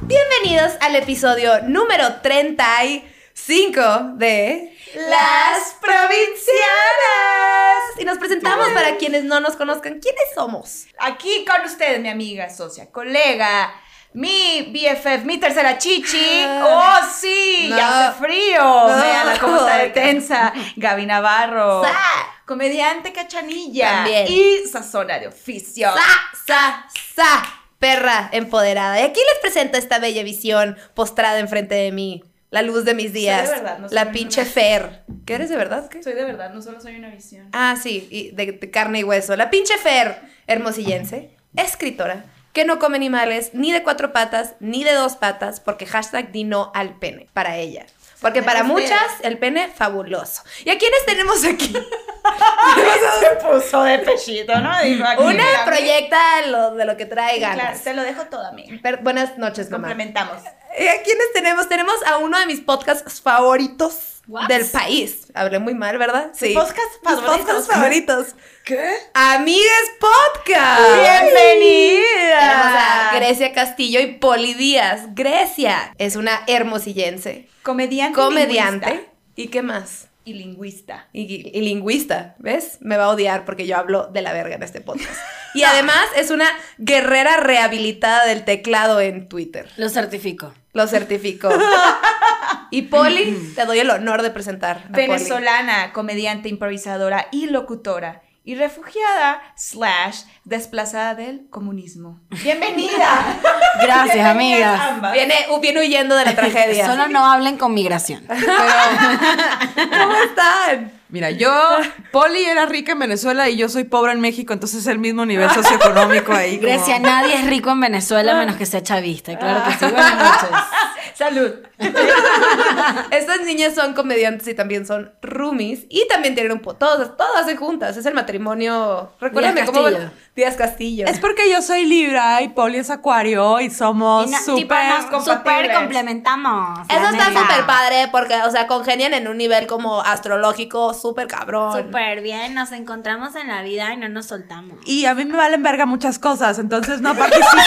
Bienvenidos al episodio número 35 de Las Provincianas. Y nos presentamos para quienes no nos conozcan. ¿Quiénes somos? Aquí con ustedes, mi amiga, socia, colega, mi BFF, mi tercera chichi. ¡Oh, sí! No. ¡Ya hace frío! No. Véanla cómo está de tensa. Gaby Navarro. ¡Sa! Comediante cachanilla. También. Y sazona de oficio. ¡Sa! Perra empoderada. Y aquí les presento esta bella visión postrada enfrente de mí. La luz de mis días. de verdad, no soy la una pinche imagen. Fer. ¿Qué eres de verdad? ¿Qué? Soy de verdad, no solo soy una visión. Ah, sí, y de carne y hueso. La pinche Fer, hermosillense, escritora, que no come animales ni de 4 patas ni de 2 patas, porque hashtag di no al pene para ella. Porque para muchas, el pene, fabuloso. ¿Y a quiénes tenemos aquí? Se puso de pechito, ¿no? Dijo aquí, Una mira, proyecta de lo que trae ganas. Claro, te lo dejo todo, amiga. Buenas noches, mamá. Complementamos. ¿Y a quiénes tenemos? Tenemos a uno de mis podcasts favoritos What? del país. Hablé muy mal, ¿verdad? Sí. Podcast Mis favoritos. podcasts favoritos. ¿Qué? Amigues Podcast. ¡Bienvenida! Tenemos a Grecia Castillo y Poli Díaz. Grecia es una hermosillense, Comediante. comediante. ¿Y qué más? Y lingüista. Y lingüista, ¿ves? Me va a odiar porque yo hablo de la verga en este podcast. Y además es una guerrera rehabilitada del teclado en Twitter. Lo certifico. Lo certifico. Y Poli, te doy el honor de presentar a Poli. Venezolana, comediante, improvisadora y locutora. Y refugiada / desplazada del comunismo. ¡Bienvenida! Gracias, Bienvenidas amigas. ambas. Viene huyendo de la tragedia. Solo no hablen con migración. ¿Cómo están? Mira, Poli era rica en Venezuela y yo soy pobre en México, entonces es el mismo nivel socioeconómico ahí. como- Grecia, nadie es rico en Venezuela menos que sea chavista. Claro que sí. Buenas noches. ¡Salud! Estas niñas son comediantes y también son roomies. Y también tienen un todos hacen juntas. Es el matrimonio. Recuérdame Díaz cómo. Castillo. Díaz Castillo. Es porque yo soy Libra y Poli es Acuario y somos súper... compatibles. complementamos. Eso la está neta. súper padre porque, o sea, congenian en un nivel como astrológico súper cabrón. Súper bien, nos encontramos en la vida y no nos soltamos. Y a mí me valen verga muchas cosas, entonces no participo.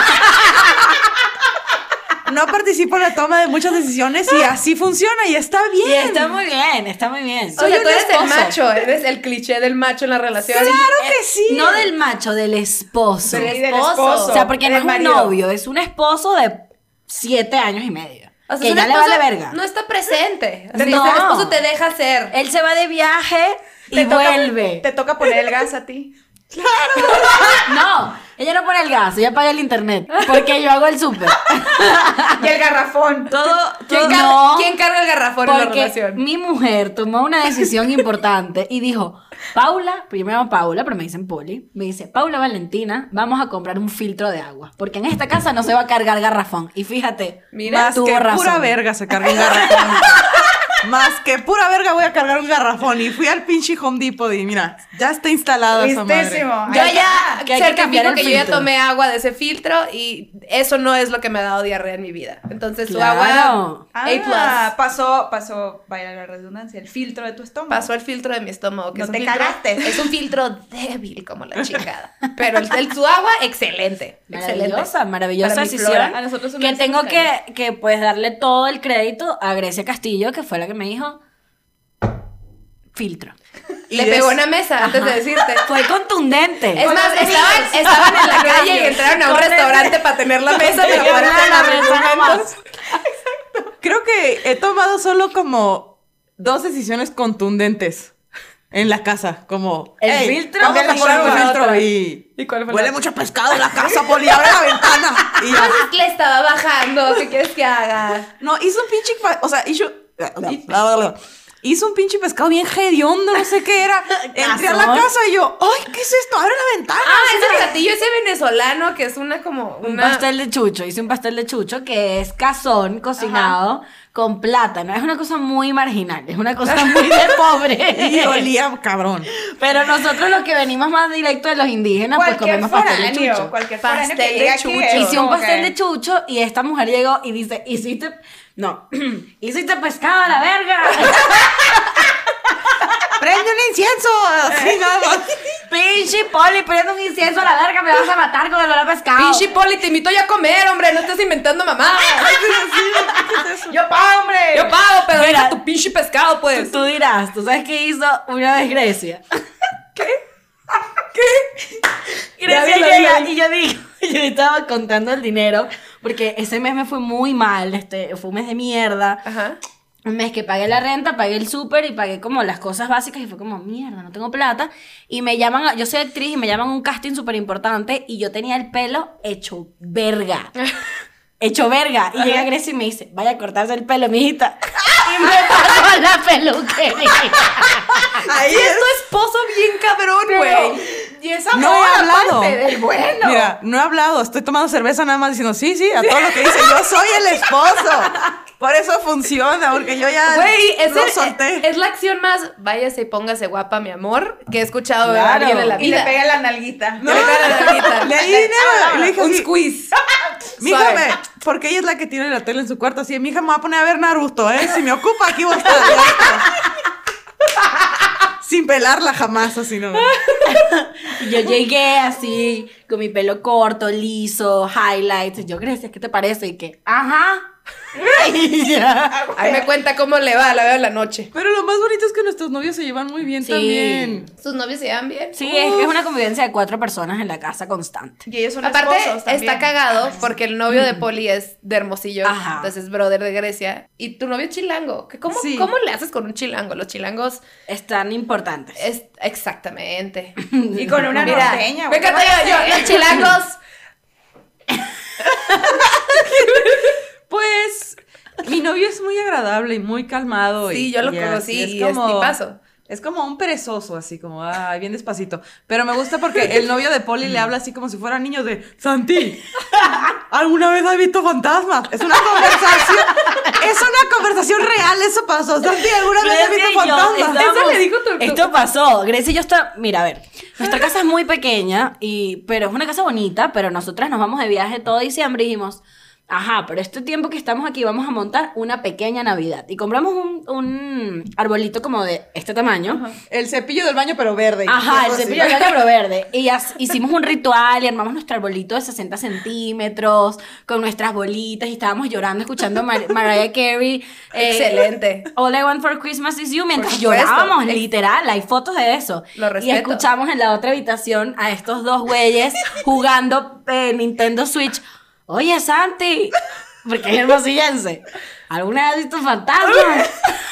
No participo en la toma de muchas decisiones y así funciona y está bien. Y está muy bien, está muy bien. Oye, un tú eres el esposo. macho, eres el cliché del macho en la relación. Claro que sí. No del macho, del esposo. Del Sí, del esposo. esposo. O sea, porque no del es un marido. novio, es un esposo de 7 años y medio. O sea, que su ya le esposo vale verga. No está presente. O sea, No. el esposo te deja ser. Él se va de viaje y Te toca- vuelve. Te toca poner el gas a ti. No, ella no pone el gas, ella paga el internet. Porque yo hago el súper. Y el garrafón. ¿Quién, No. ¿Quién carga el garrafón en la Porque relación? mi mujer tomó una decisión importante y dijo, Paula, pues yo me llamo Paula, pero me dicen Poli, me dice, Paula Valentina, vamos a comprar un filtro de agua, porque en esta casa no se va a cargar garrafón. Y fíjate, Mira, Más tuvo que razón. pura verga se carga un garrafón. Más que pura verga voy a cargar un garrafón. Y fui al pinche Home Depot y mira, ya está instalada esa madre. Listísimo. Yo Ay, ya que hay que cambiar certifico el que yo ya filtro. tomé agua de ese filtro y eso no es lo que me ha dado diarrea en mi vida. Entonces su Claro. agua Ah, A+. pasó, vaya la redundancia, el filtro de tu estómago. Pasó el filtro de mi estómago. Que No es un te filtro- cagaste. Es un filtro débil como la chingada. Pero su agua, excelente. Maravillosa, maravillosa Para mi decisión. flora. A nosotros Que nos tengo hicieron que pues darle todo el crédito a Grecia Castillo, que fue la que me dijo filtro. Le pegó una mesa antes de decirte. Fue contundente. Es más, estaban en la calle y entraron a un restaurante para tener la mesa para poder tener los documentos. Creo que he tomado solo como 2 decisiones contundentes en la casa, como El "Ey, filtro, vamos a ¿y poner cuál fue un la filtro otra? y ¿Y cuál fue la huele otra? mucho pescado en la casa, Poli, abre la ventana." Y yo, Le estaba bajando. ¿Qué quieres que haga? no, hizo un pinche, o sea, hizo un pinche pescado bien hediondo, no sé qué era. Entré a la Cazón. casa y yo, "Ay, ¿qué es esto? Abre la ventana." Ah, es el platillo ese venezolano que es un Un pastel de chucho, hice un pastel de chucho que es cazón cocinado con plátano. Es una cosa muy marginal, es una cosa muy de Y pobre. olía cabrón. Pero nosotros los que venimos más directo de los indígenas, pues comemos pastel de chucho. Cualquier Pastel foráneo que de llegue aquí chucho. es Hice un como pastel que- de chucho y esta mujer llegó y dice, hiciste pescado a la verga. ¡Prende un incienso! Así nada más. Pinche Poli, poniendo un incienso a la verga, me vas a matar con el olor a pescado. Pinche Poli, te invito ya a comer, hombre, no estés inventando mamá. Yo pago, hombre. Yo pago, pero Mira, deja tu pinche pescado, pues. Tú dirás, ¿tú sabes qué hizo una vez Grecia? Grecia Ya, llega dilo. y yo digo, yo estaba contando el dinero, porque ese mes me fue muy mal, fue un mes de mierda. Ajá. Un mes que pagué la renta, pagué el súper y pagué como las cosas básicas y fue como, mierda, no tengo plata. Y me llaman, yo soy actriz y me llaman a un casting súper importante y yo tenía el pelo hecho verga. Hecho verga. Y llega Grecia y me dice, vaya a cortarse el pelo, mijita. Y me pasó a la peluquería. Ahí es tu esposo bien cabrón, güey. Y esa No he hablado. del bueno. Mira, no he hablado. Estoy tomando cerveza nada más diciendo sí, a todo lo que dice. Yo soy el esposo. Por eso funciona, porque yo ya Güey, lo solté. es la acción más váyase y póngase guapa, mi amor, que he escuchado de Claro. alguien en la Y le vida. pega la nalguita. No, le pega la nalguita. Le di dinero y le dije Un así, squeeze. mija, Suave. porque ella es la que tiene la tele en su cuarto, así, mija, me voy a poner a ver Naruto, si me ocupa, aquí voy a estar. Sin pelarla jamás, así, ¿no? Y yo llegué así, con mi pelo corto, liso, highlights. Y yo, Grecia, ¿qué te parece? Y que, ajá. Y ya. Ahí me cuenta cómo le va, la veo en la noche. Pero lo más bonito es que nuestros novios se llevan muy bien Sí. también. ¿Sus novios se llevan bien? Sí, es que es una convivencia de 4 personas en la casa constante. Y ellos son Aparte, esposos también. está cagado porque el novio de Poli es de Hermosillo, Ajá. entonces es brother de Grecia. Y tu novio es chilango. ¿Cómo, Sí. ¿Cómo le haces con un chilango? Los chilangos Es tan importantes. es exactamente. Y con una Mira, norteña, me güey. encanta yo, los chilangos. Pues, mi novio es muy agradable y muy calmado. Sí, y- yo lo y conocí así, y es tipazo. Es como un perezoso, así como, ay, bien despacito. Pero me gusta porque el novio de Poli le habla así como si fuera niño de Santi, ¿alguna vez has visto fantasmas? Es una conversación real, eso pasó. Santi, ¿alguna vez has Grecia visto y yo fantasmas? estábamos- Eso le dijo tu- Esto pasó. Grecia y yo está. Mira, a ver. Nuestra casa es muy pequeña, pero es una casa bonita, pero nosotras nos vamos de viaje todo diciembre y dijimos, ajá, pero este tiempo que estamos aquí vamos a montar una pequeña Navidad. Y compramos un arbolito como de este tamaño. El cepillo del baño, pero verde. Ajá, el Así. cepillo de baño pero verde. Y hicimos un ritual y armamos nuestro arbolito de 60 centímetros con nuestras bolitas y estábamos llorando escuchando a Mariah Carey. Excelente. All I Want for Christmas is You mientras Por supuesto. llorábamos, literal, hay fotos de eso. Lo Y respeto. escuchamos en la otra habitación a estos dos güeyes jugando Nintendo Switch. Oye, Santi, porque es hermosillense. ¿Alguna vez has visto fantasmas?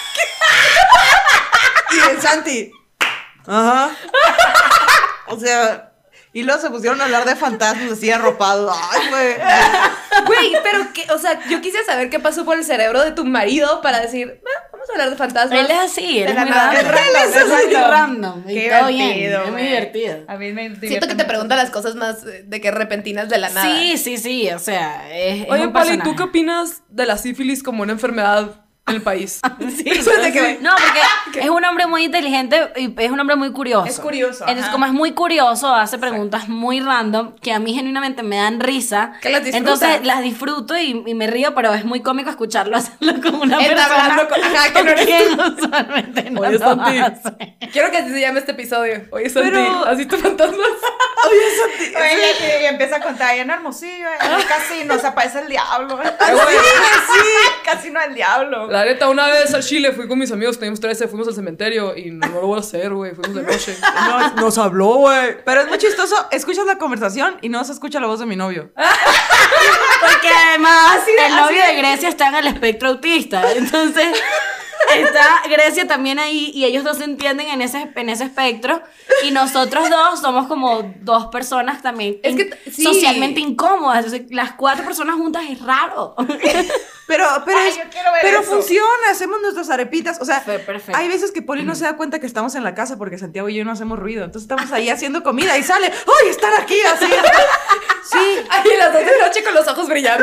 Y el Santi. Ajá. O sea, y luego se pusieron a hablar de fantasmas así arropados. Ay, güey. Güey, pero o sea, yo quise saber qué pasó por el cerebro de tu marido para decir, vamos a hablar de fantasmas. Él es así, él De es la muy nada. random. Él es Él así. random. Y Qué todo bien, divertido, es muy güey. divertido. A mí me Siento divierte que te mucho. pregunta las cosas más de que repentinas de la nada. Sí, o sea, es Oye, un Poli, personaje. ¿tú qué opinas de la sífilis como una enfermedad en el país? Sí, De que- no, porque es un hombre muy inteligente y es un hombre muy curioso. Es curioso, Entonces, ajá. como es muy curioso, hace preguntas muy random que a mí genuinamente me dan risa. Que las disfrutas. Entonces las disfruto y me río, pero es muy cómico escucharlo hacerlo con una Entablando persona. con- ajá, que no eres quien tú. usualmente no Oye, lo Santi. hace. Quiero que así se llame este episodio. Oye, Santi, Pero- ¿has visto fantasmas? Oye, y empieza a contar, allá en Hermosillo, en el casino, se aparece el diablo. Casino del diablo. La neta, una vez al Chile fui con mis amigos, teníamos 13, fuimos al cementerio y no lo voy a hacer, güey, fuimos de noche. Nos habló, güey. Pero es muy chistoso. Escuchas la conversación y no se escucha la voz de mi novio. Porque además el así novio de- de Grecia está en el espectro autista. Entonces está Grecia también ahí y ellos dos se entienden en ese espectro. Y nosotros dos somos como dos personas también Es que sí. socialmente incómodas. Entonces, las 4 personas juntas es raro. Pero, Ay, yo quiero ver pero eso. funciona, hacemos nuestras arepitas. O sea, Fue perfecto. hay veces que Poli no se da cuenta que estamos en la casa porque Santiago y yo no hacemos ruido. Entonces estamos ahí haciendo comida y sale, ¡ay, están aquí! Así. Sí. Ay, a las 2 de la noche con los ojos brillando.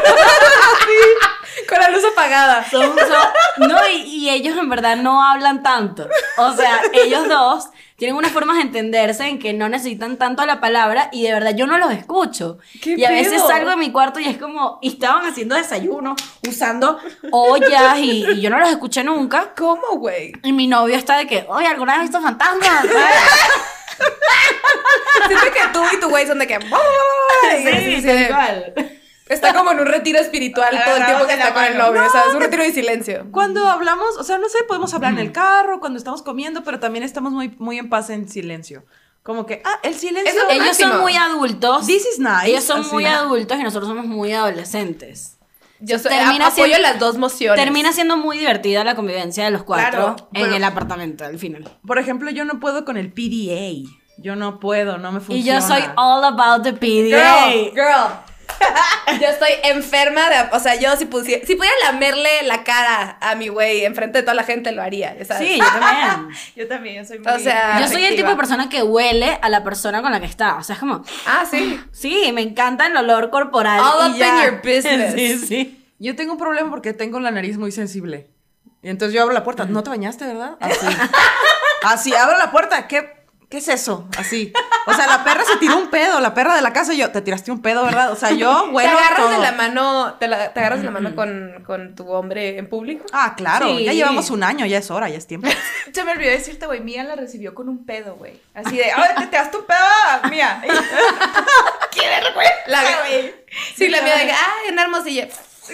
Con la luz apagada. No, y ellos en verdad no hablan tanto. O sea, ellos dos tienen unas formas de entenderse en que no necesitan tanto la palabra y de verdad yo no los escucho. ¿Qué Y a veces pedo? salgo de mi cuarto y es como, y estaban haciendo desayuno, usando ollas y yo no los escuché nunca. ¿Cómo, güey? Y mi novio está de que, oye, ¿alguna vez has visto fantasmas? Siento que tú y tu güey son de que... Sí, tal cual. Está como en un retiro espiritual todo el tiempo que está con el novio. O sea, es un retiro de silencio. Cuando hablamos, o sea, no sé, podemos hablar en el carro, cuando estamos comiendo, pero también estamos muy en paz en silencio. Como que, el silencio. Eso es Ellos máximo. son muy adultos. This is nice. Ellos son así. muy adultos y nosotros somos muy adolescentes. Yo Termina apoyo siendo- las dos mociones. Termina siendo muy divertida la convivencia de los cuatro Claro, en pero- el apartamento al final. Por ejemplo, yo no puedo con el PDA. Yo no puedo, no me funciona. Y yo soy all about the PDA. Girl. Yo estoy enferma de... O sea, yo si pudiera lamerle la cara a mi güey enfrente de toda la gente, lo haría, ya ¿sabes? Sí, yo también. Yo también, yo soy muy... O sea, Yo soy el tipo de persona que huele a la persona con la que está. O sea, es como, Ah, sí. sí, me encanta el olor corporal. All y up ya. in your business. Sí, sí. Yo tengo un problema porque tengo la nariz muy sensible. Y entonces yo abro la puerta. ¿No te bañaste, verdad? Así. Así, abro la puerta. ¿Qué es eso? Así. O sea, la perra se tiró un pedo, la perra de la casa y yo, te tiraste un pedo, ¿verdad? O sea, yo huelo ¿Te agarras todo. de la mano, te agarras de la mano con tu hombre en público? Ah, claro. Sí. Ya llevamos un año, ya es hora, ya es tiempo. Se me olvidó decirte, güey, Mía la recibió con un pedo, güey. Así de, ¡ay, te tiraste un pedo, Mía! ¡Qué vergüenza, güey! Sí, la mía de que, en Hermosilla.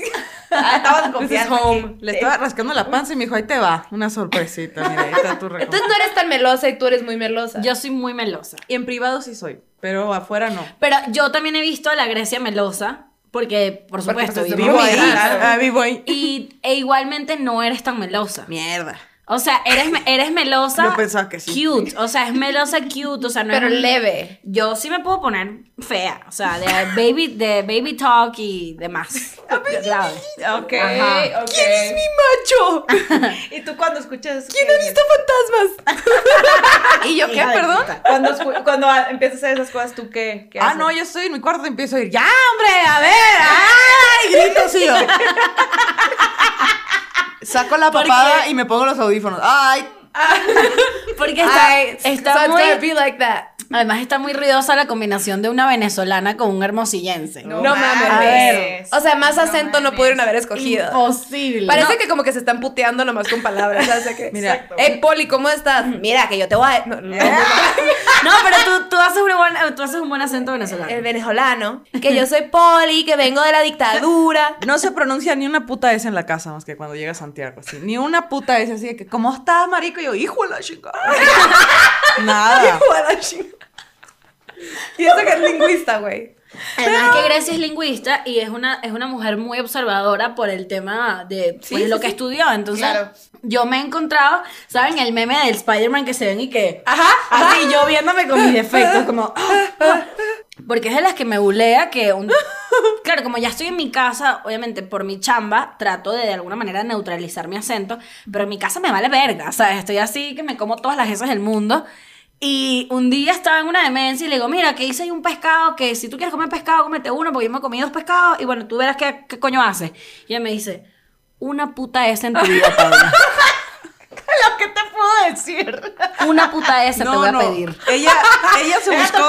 Estaba de This is confianza. home. Le estaba rascando la panza y me dijo, ahí te va, una sorpresita. Mira, ahí está tu regalo. Entonces no eres tan melosa y tú eres muy melosa. Yo soy muy melosa. Y en privado sí soy, pero afuera no. Pero yo también he visto a la Grecia melosa. Porque, por Porque, supuesto, pues, es vivo Vivo ahí, ahí. Claro. vivo ahí. E igualmente no eres tan melosa. Mierda. O sea, eres melosa. Yo pensaba que sí. Cute. O sea, es melosa cute. O sea, no Pero es. leve. Yo sí me puedo poner fea. O sea, de baby talk y demás. Claro. Ok, Ajá. ok. ¿Quién es mi macho? Y tú cuando escuchas... ¿Quién ha visto fantasmas? ¿Y yo qué, Hija de perdón? puta. Cuando empiezas a hacer esas cosas, ¿tú qué haces? No, yo estoy en mi cuarto y empiezo a ir, ¡ya, hombre! A ver, ¡ay! Grito así yo. Saco la papada y me pongo los audífonos. ¡Ay! Porque Ay, está so it's muy. gonna be like that. Además, está muy ruidosa la combinación de una venezolana con un hermosillense. No mames. A ver. O sea, más acento no pudieron haber escogido. Imposible. Parece que como que se están puteando nomás con palabras. O sea, que, Mira. Poli, ¿cómo estás? Mira, que yo te voy a... No, No, pero tú haces un buen acento venezolano. el venezolano, que yo soy Poli, que vengo de la dictadura. No se pronuncia ni una puta S en la casa más que cuando llega a Santiago, así. Ni una puta S, así de que, ¿cómo estás, marico? Y yo, hijo de la chingada. Nada. Y eso que es lingüista, güey. Además que Grecia es lingüista y es una mujer muy observadora por el tema de pues, Sí, lo sí, que sí. estudió. Entonces, Claro. yo me he encontrado, ¿saben? El meme del Spider-Man que se ven y que... Ajá. Así, yo viéndome con mis defectos, como... Porque es de las que me bulea que... Claro, como ya estoy en mi casa, obviamente por mi chamba, trato de alguna manera neutralizar mi acento, pero en mi casa me vale verga, ¿sabes? Estoy así que me como todas las esas del mundo. Y un día estaba en una demencia y le digo, mira, que hice ahí un pescado, que si tú quieres comer pescado, cómete uno, porque yo me comí 2 pescados, y bueno, tú verás qué coño hace. Y ella me dice, una puta S en tu vida, Paula. Lo que te puedo decir. Una puta S te voy a pedir. Ella se buscó...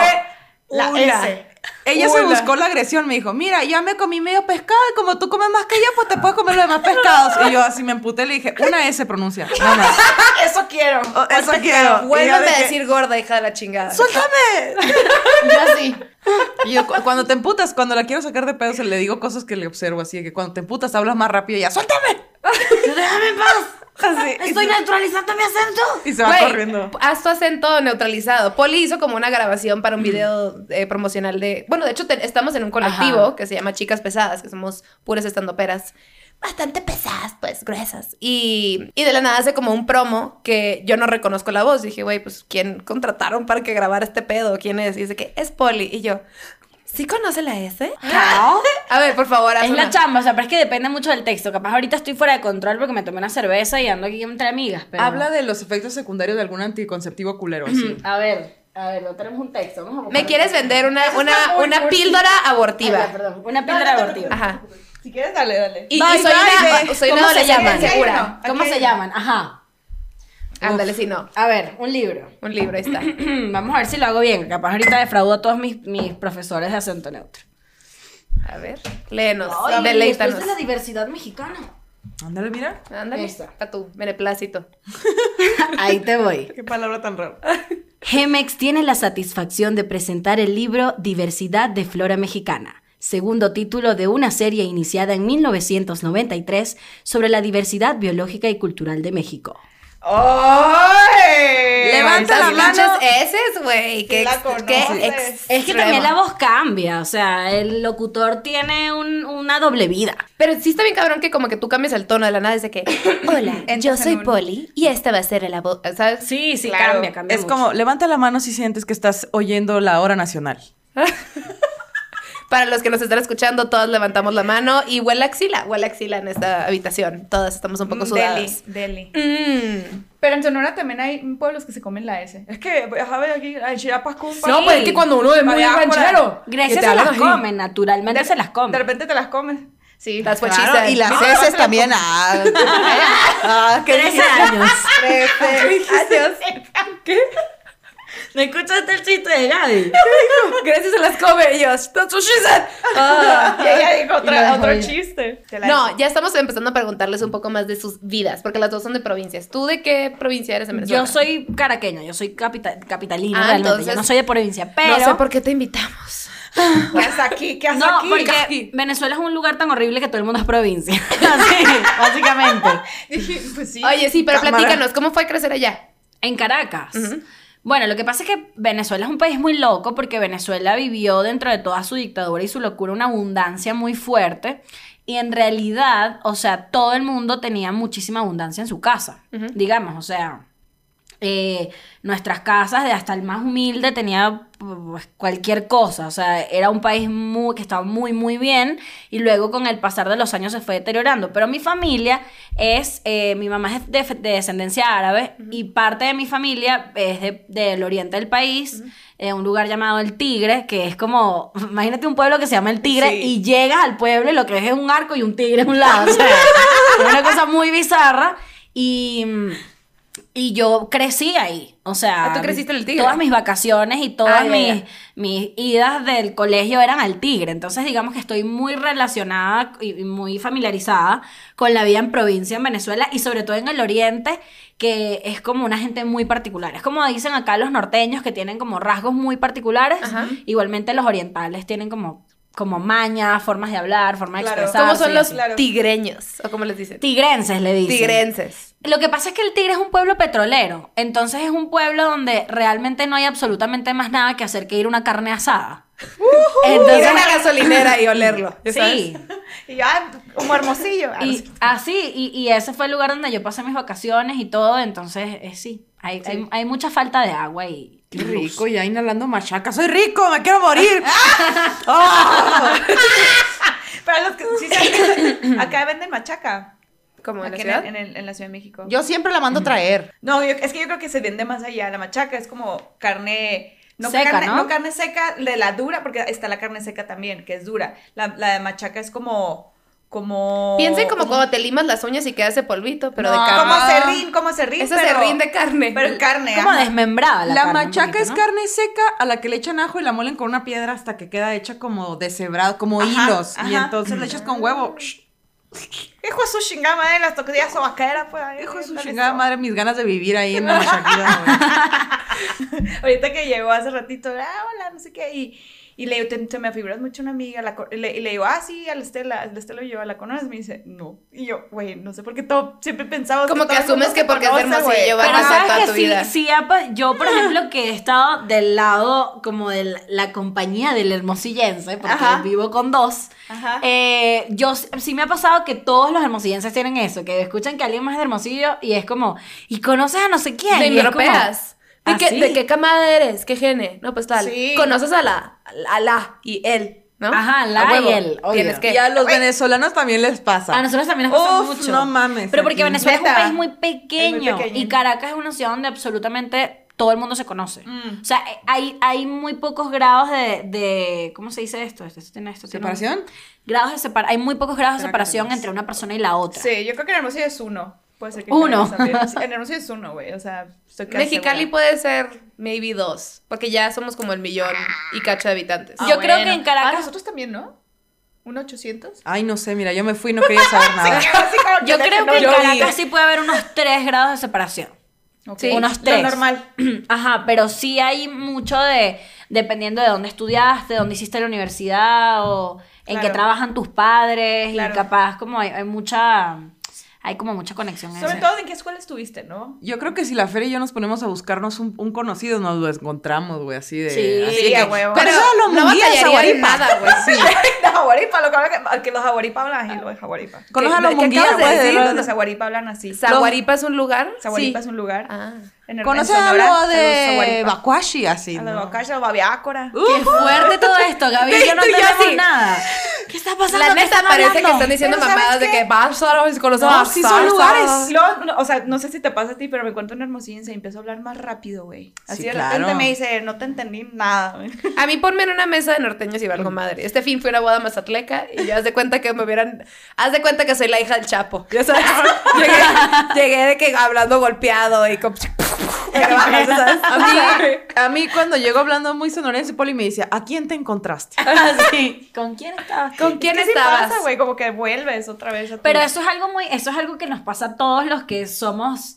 La Una. S. Ella se Una. buscó la agresión, me dijo, mira, ya me comí medio pescado y como tú comes más que yo, pues te puedes comer los demás pescados. Y yo así me emputé y le dije, una S pronuncia, nada más. Eso quiero. Eso quiero. Vuélveme Y yo a de que, decir gorda, hija de la chingada. ¡suéltame! Yo así. Y yo, cuando te emputas, cuando la quiero sacar de pedo, se le digo cosas que le observo, así que cuando te emputas hablas más rápido y ya, ¡suéltame! ¡Déjame en paz! Así, Estoy neutralizando mi acento. y se va Güey, corriendo. haz tu acento neutralizado. Poli hizo como una grabación para un video promocional de... Bueno, de hecho, estamos en un colectivo Ajá. que se llama Chicas Pesadas, que somos puras estandoperas. Bastante pesadas, pues, gruesas. Y de la nada hace como un promo que yo no reconozco la voz. Dije, güey, pues, ¿quién contrataron para que grabara este pedo? ¿Quién es? Y dice que es Poli. Y yo, ¿sí conoce la S? No. A ver, por favor, haz Es una. la chamba, o sea, pero es que depende mucho del texto. Capaz ahorita estoy fuera de control porque me tomé una cerveza y ando aquí entre amigas. Pero... Habla de los efectos secundarios de algún anticonceptivo culero, así. A ver, no tenemos un texto. Vamos a buscar ¿Me un quieres texto. vender una píldora abortiva? Ah, perdón, una píldora abortiva. Ajá. Si quieres, dale. Y Bye, soy bye, una, soy ¿Cómo una se adolescente llaman? insegura. ¿Cómo Ok. se llaman? Ajá. Ándale, si no. A ver, un libro. Un libro, ahí está. Vamos a ver si lo hago bien. Capaz ahorita defraudo a todos mis profesores de acento neutro. A ver, léenos, Ay, deleítanos. después de la diversidad mexicana. Ándale, mira. Ándale, Esta. para tu beneplácito. Ahí te voy. Qué palabra tan rara. Gemex tiene la satisfacción de presentar el libro Diversidad de Flora Mexicana, segundo título de una serie iniciada en 1993 sobre la diversidad biológica y cultural de México. ¡Ay! Levanta la Esas mano. pinches eses, güey. Sí la conoces. Es que también la voz cambia, o sea, el locutor tiene una doble vida. Pero sí está bien cabrón que como que tú cambias el tono de la nada, desde que, hola, yo Entras en soy un- Poli y esta va a ser la voz, ¿sabes? Sí, Claro. cambia Es mucho. como, levanta la mano si sientes que estás oyendo la hora nacional. Para los que nos están escuchando, todas levantamos la mano y huele a axila en esta habitación. Todas estamos un poco sudadas. Deli. Mm. Pero en Sonora también hay pueblos que se comen la S. Es que, a ver, aquí, en Chiapas, compa. No, pues es que cuando uno es muy Vaya, ranchero. Grecia que te se hablan las así. come, naturalmente se las come. De repente te las comes. Sí. That's what she Claro, said. y las No, heces se la también. ¿Qué 13 años. 13 años. ¿Me escuchaste el chiste de Gaby? Gracias se las come ellos. That's what she said. Y ella dijo Y lo dejó otro ahí. chiste. Te la No, hice. ya estamos empezando a preguntarles un poco más de sus vidas, porque las dos son de provincias. ¿Tú de qué provincia eres en Venezuela? Yo soy caraqueña, yo soy capitalina Ah, realmente, entonces- yo no soy de provincia, pero... No sé por qué te invitamos. ¿Qué haces aquí? ¿Qué haces No, aquí? porque Venezuela es un lugar tan horrible que todo el mundo es provincia. Así, básicamente. Pues sí. Oye, sí, pero Cámara. platícanos, ¿cómo fue crecer allá? En Caracas. Bueno, lo que pasa es que Venezuela es un país muy loco porque Venezuela vivió dentro de toda su dictadura y su locura una abundancia muy fuerte. Y en realidad, o sea, todo el mundo tenía muchísima abundancia en su casa. Digamos, o sea, nuestras casas, de hasta el más humilde, tenía pues, cualquier cosa. O sea, era un país que estaba muy, muy bien. Y luego con el pasar de los años se fue deteriorando. Pero mi familia mi mamá es de descendencia árabe y parte de mi familia es del oriente del país, un lugar llamado El Tigre, que es como, imagínate un pueblo que se llama El Tigre Sí. y llegas al pueblo y lo que ves es un arco y un tigre en un lado. O sea, es una cosa muy bizarra y yo crecí ahí, o sea... Ah, ¿tú creciste en El Tigre? Todas mis vacaciones y todas Ah, ya, ya. mis idas del colegio eran al Tigre. Entonces, digamos que estoy muy relacionada y muy familiarizada con la vida en provincia en Venezuela y sobre todo en el oriente, que es como una gente muy particular. Es como dicen acá los norteños que tienen como rasgos muy particulares. Ajá. Igualmente los orientales tienen como mañas, formas de hablar, formas de Claro. expresarse. ¿Cómo son y los así. Claro. tigreños? ¿O cómo les dicen? Tigrenses, le dicen. Tigrenses. Lo que pasa es que el Tigre es un pueblo petrolero, entonces es un pueblo donde realmente no hay absolutamente más nada que hacer que ir a una carne asada. Ir a una gasolinera y olerlo. ¿ya sabes? Sí, Y ya, como Hermosillo. Ah, no y sé. así, y ese fue el lugar donde yo pasé mis vacaciones y todo, entonces sí, hay mucha falta de agua y Qué luz. rico, ya inhalando machaca. ¡Soy rico! ¡Me quiero morir! Para los que sí saben, acá venden machaca. ¿Como en la Aquí ciudad? en la Ciudad de México. Yo siempre la mando a traer. No, es que yo creo que se vende más allá. La machaca es como carne... Seca, carne, ¿no? carne seca de la dura, porque está la carne seca también, que es dura. La de machaca es como... Piensen como cuando te limas las uñas y queda ese polvito, pero No, de carne. como serrín, Ese pero... serrín de carne. Pero en carne, Como ajá. desmembrada la La carne un machaca poquito, es ¿no? carne seca a la que le echan ajo y la molen con una piedra hasta que queda hecha como deshebrado, como Ajá, hilos. Y ajá. entonces le echas con huevo. Hijo de su chingada madre, las toquillas sobaqueras, pues. ay, Hijo de su dale chingada eso. madre, mis ganas de vivir ahí en la machaquita, güey. Ahorita que llegó hace ratito, hola, no sé qué, y le digo, te me afiguras mucho una amiga, y le digo, sí, a la Estela yo, ¿la conoces? Me dice, no, y yo, güey, no sé por qué siempre pensaba Como que todo el mundo asumes que se porque es de conoce, güey. Hermosillo va a Pero pasar toda sabes tu que vida. sí, yo por ejemplo que he estado del lado como de la compañía del hermosillense, porque Ajá. vivo con dos, Ajá. yo sí me ha pasado que todos los hermosillenses tienen eso, que escuchan que alguien más es de Hermosillo y es como, ¿y conoces a no sé quién? Me Y es como, impropeas. ¿ah, ¿De sí? qué camada eres? ¿Qué gene? No, pues tal. Sí. Conoces a la y él, ¿no? Ajá, la A huevo. y él, obvio. Tienes que... Y a los venezolanos también les pasa. A nosotros también nos pasa Uf, mucho. no mames, Pero porque aquí. Venezuela es un Neta. país muy pequeño, Es muy pequeño. y Caracas es una ciudad donde absolutamente todo el mundo se conoce. O sea, hay muy pocos grados de ¿cómo se dice esto? Esto tiene un- ¿Separación? Grados de hay muy pocos grados de Caracas separación es. entre una persona y la otra. Sí, yo creo que en Hermosillo es uno. Puede ser que Uno. en Caracas también. Sí, en Hermosillo es uno, güey, o sea, estoy casi Mexicali segura. puede ser maybe 2, porque ya somos como el millón y cacho de habitantes. Yo creo que en Caracas- nosotros también, ¿no? ¿Un 800? Ay, no sé, mira, yo me fui y no quería saber nada. Yo creo que en yo Caracas vi. sí puede haber unos 3 grados de separación. Ok. Sí, unos lo 3. normal. Ajá, pero sí hay mucho dependiendo de dónde estudiaste, dónde hiciste la universidad o en qué Claro. trabajan tus padres Claro. y capaz como hay como mucha conexión en Sobre eso. todo, ¿en qué escuela estuviste, no? Yo creo que si la Fer y yo nos ponemos a buscarnos un conocido, nos lo encontramos, güey, así de... Sí, así sí, que, a huevo. Pero Pero eso lo no munguía de batallaría en Zaguaripa. nada, güey. Sí. De Jaguaripa, lo que hablan que los Jaguaripa hablan así, lo de Jaguaripa. Conoce a los ¿Qué munguías, acabas de güey. decir? Los de Zaguaripa hablan así. ¿Zaguaripa es un lugar? Zaguaripa Sí. es un lugar. Ah. En Conoce en a Sonora, lo los de Zaguaripa. Bacuashi, así, A los ¿no? Bacaya, los Babiácora. Qué fuerte todo esto, Gaby, yo no Tú y yo tenemos sí. nada. ¿Qué está pasando? La ¿Qué neta están parece que hablando? están diciendo Pero ¿sabes mamadas de qué? que Bárbaros con los No, sí son lugares. Luego, no, o sea, no sé si te pasa a ti, pero me encuentro en Hermosillo y se empezó a hablar más rápido, güey. Así Sí, de repente claro. me dice, no te entendí nada, güey. A mí ponme en una mesa de norteños y valgo madre. Este fin fue una boda mazatleca y yo haz de cuenta que haz de cuenta que soy la hija del Chapo. Ya sabes, llegué de que hablando golpeado y como... ¿sabes? A mí cuando llego hablando muy sonorense, Poli me dice, ¿a quién te encontraste? Ah, sí. ¿Con quién estabas? ¿Con quién ¿Qué sí estabas? pasa, güey? Como que vuelves otra vez a tu... Pero eso es algo que nos pasa a todos los que somos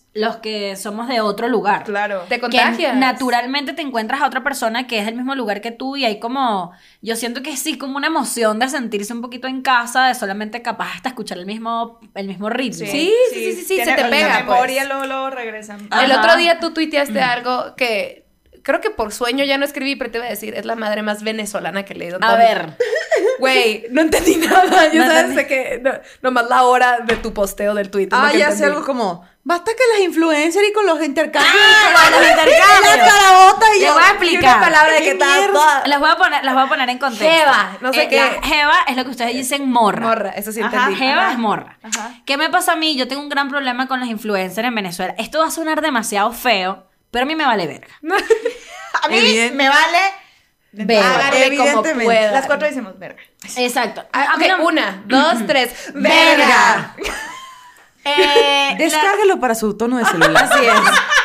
de otro lugar. Claro. Te Que contagias. naturalmente te encuentras a otra persona que es del mismo lugar que tú y hay como, yo siento que sí, como una emoción de sentirse un poquito en casa, de solamente capaz hasta escuchar el mismo ritmo. Sí, se te la pega, memoria, pues. luego regresan. El Ajá. otro día tú tuiteaste algo que creo que por sueño ya no escribí, pero te iba a decir, es la madre más venezolana que he leído. en A toda mi- ver, Güey, no entendí nada. Yo No sabes entendí. de que nomás la hora de tu posteo del tweet. es lo Ah, que ya entendí. sé algo como, basta que las influencers y con los intercambios. con los intercambios. La carabota y les yo. voy a Y explicar. una palabra de ¿Qué que estás mierda? toda... Las voy a poner en contexto. Jeva, no sé qué. La jeva es lo que ustedes dicen morra. Morra, eso sí Ajá, entendí. Jeva Ajá. es morra. Ajá. ¿Qué me pasa a mí? Yo tengo un gran problema con los influencers en Venezuela. Esto va a sonar demasiado feo, pero a mí me vale verga. A mí Evidente. me vale... Verga. Háganle como Evidentemente. puedan. Las 4 decimos verga. Exacto. Ah, A mí ok, no- 1, 2, 3. ¡Verga! Descárguelo para su tono de celular. Así es.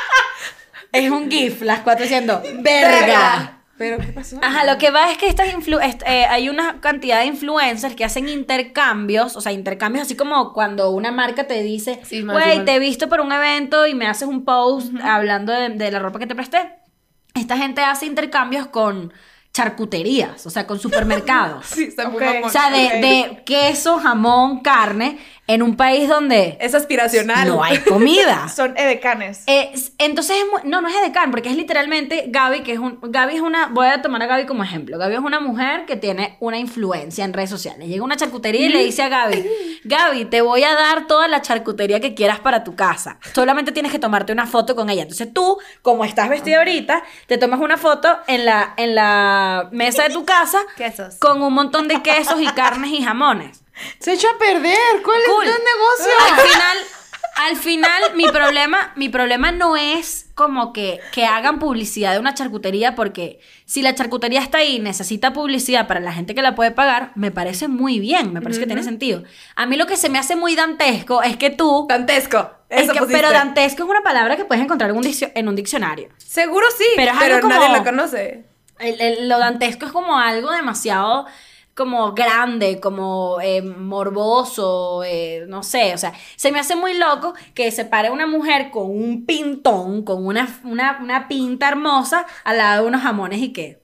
Es un GIF, las 4 diciendo verga. Pero, ¿qué pasó? Ajá, lo que va es que hay una cantidad de influencers que hacen intercambios, o sea, intercambios así como cuando una marca te dice, Sí, man, güey, sí, man. te he visto para un evento y me haces un post hablando de la ropa que te presté. Esta gente hace intercambios con charcuterías, o sea, con supermercados. Sí, está muy Ok. mamón. O sea, de queso, jamón, carne, en un país donde Es aspiracional. no hay comida. Son edecanes. Entonces, no es edecán, porque es literalmente Gaby, voy a tomar a Gaby como ejemplo. Gaby es una mujer que tiene una influencia en redes sociales. Llega a una charcutería y le dice a Gaby, te voy a dar toda la charcutería que quieras para tu casa. Solamente tienes que tomarte una foto con ella. Entonces tú, como estás vestida ahorita, te tomas una foto en la mesa de tu casa Quesos. con un montón de quesos y carnes y jamones. Se echó a perder. ¿Cuál Cool. es el negocio? Al final, mi problema no es como que hagan publicidad de una charcutería, porque si la charcutería está ahí y necesita publicidad para la gente que la puede pagar, me parece muy bien, me parece que tiene sentido. A mí lo que se me hace muy dantesco es que tú... Dantesco. es Eso que- pusiste. pero dantesco es una palabra que puedes encontrar en un diccionario. Seguro sí, Pero pero, es algo nadie como- lo conoce. Lo dantesco es como algo demasiado como grande, como morboso, no sé, o sea, se me hace muy loco que se pare una mujer con un pintón, con una pinta hermosa al lado de unos jamones y qué.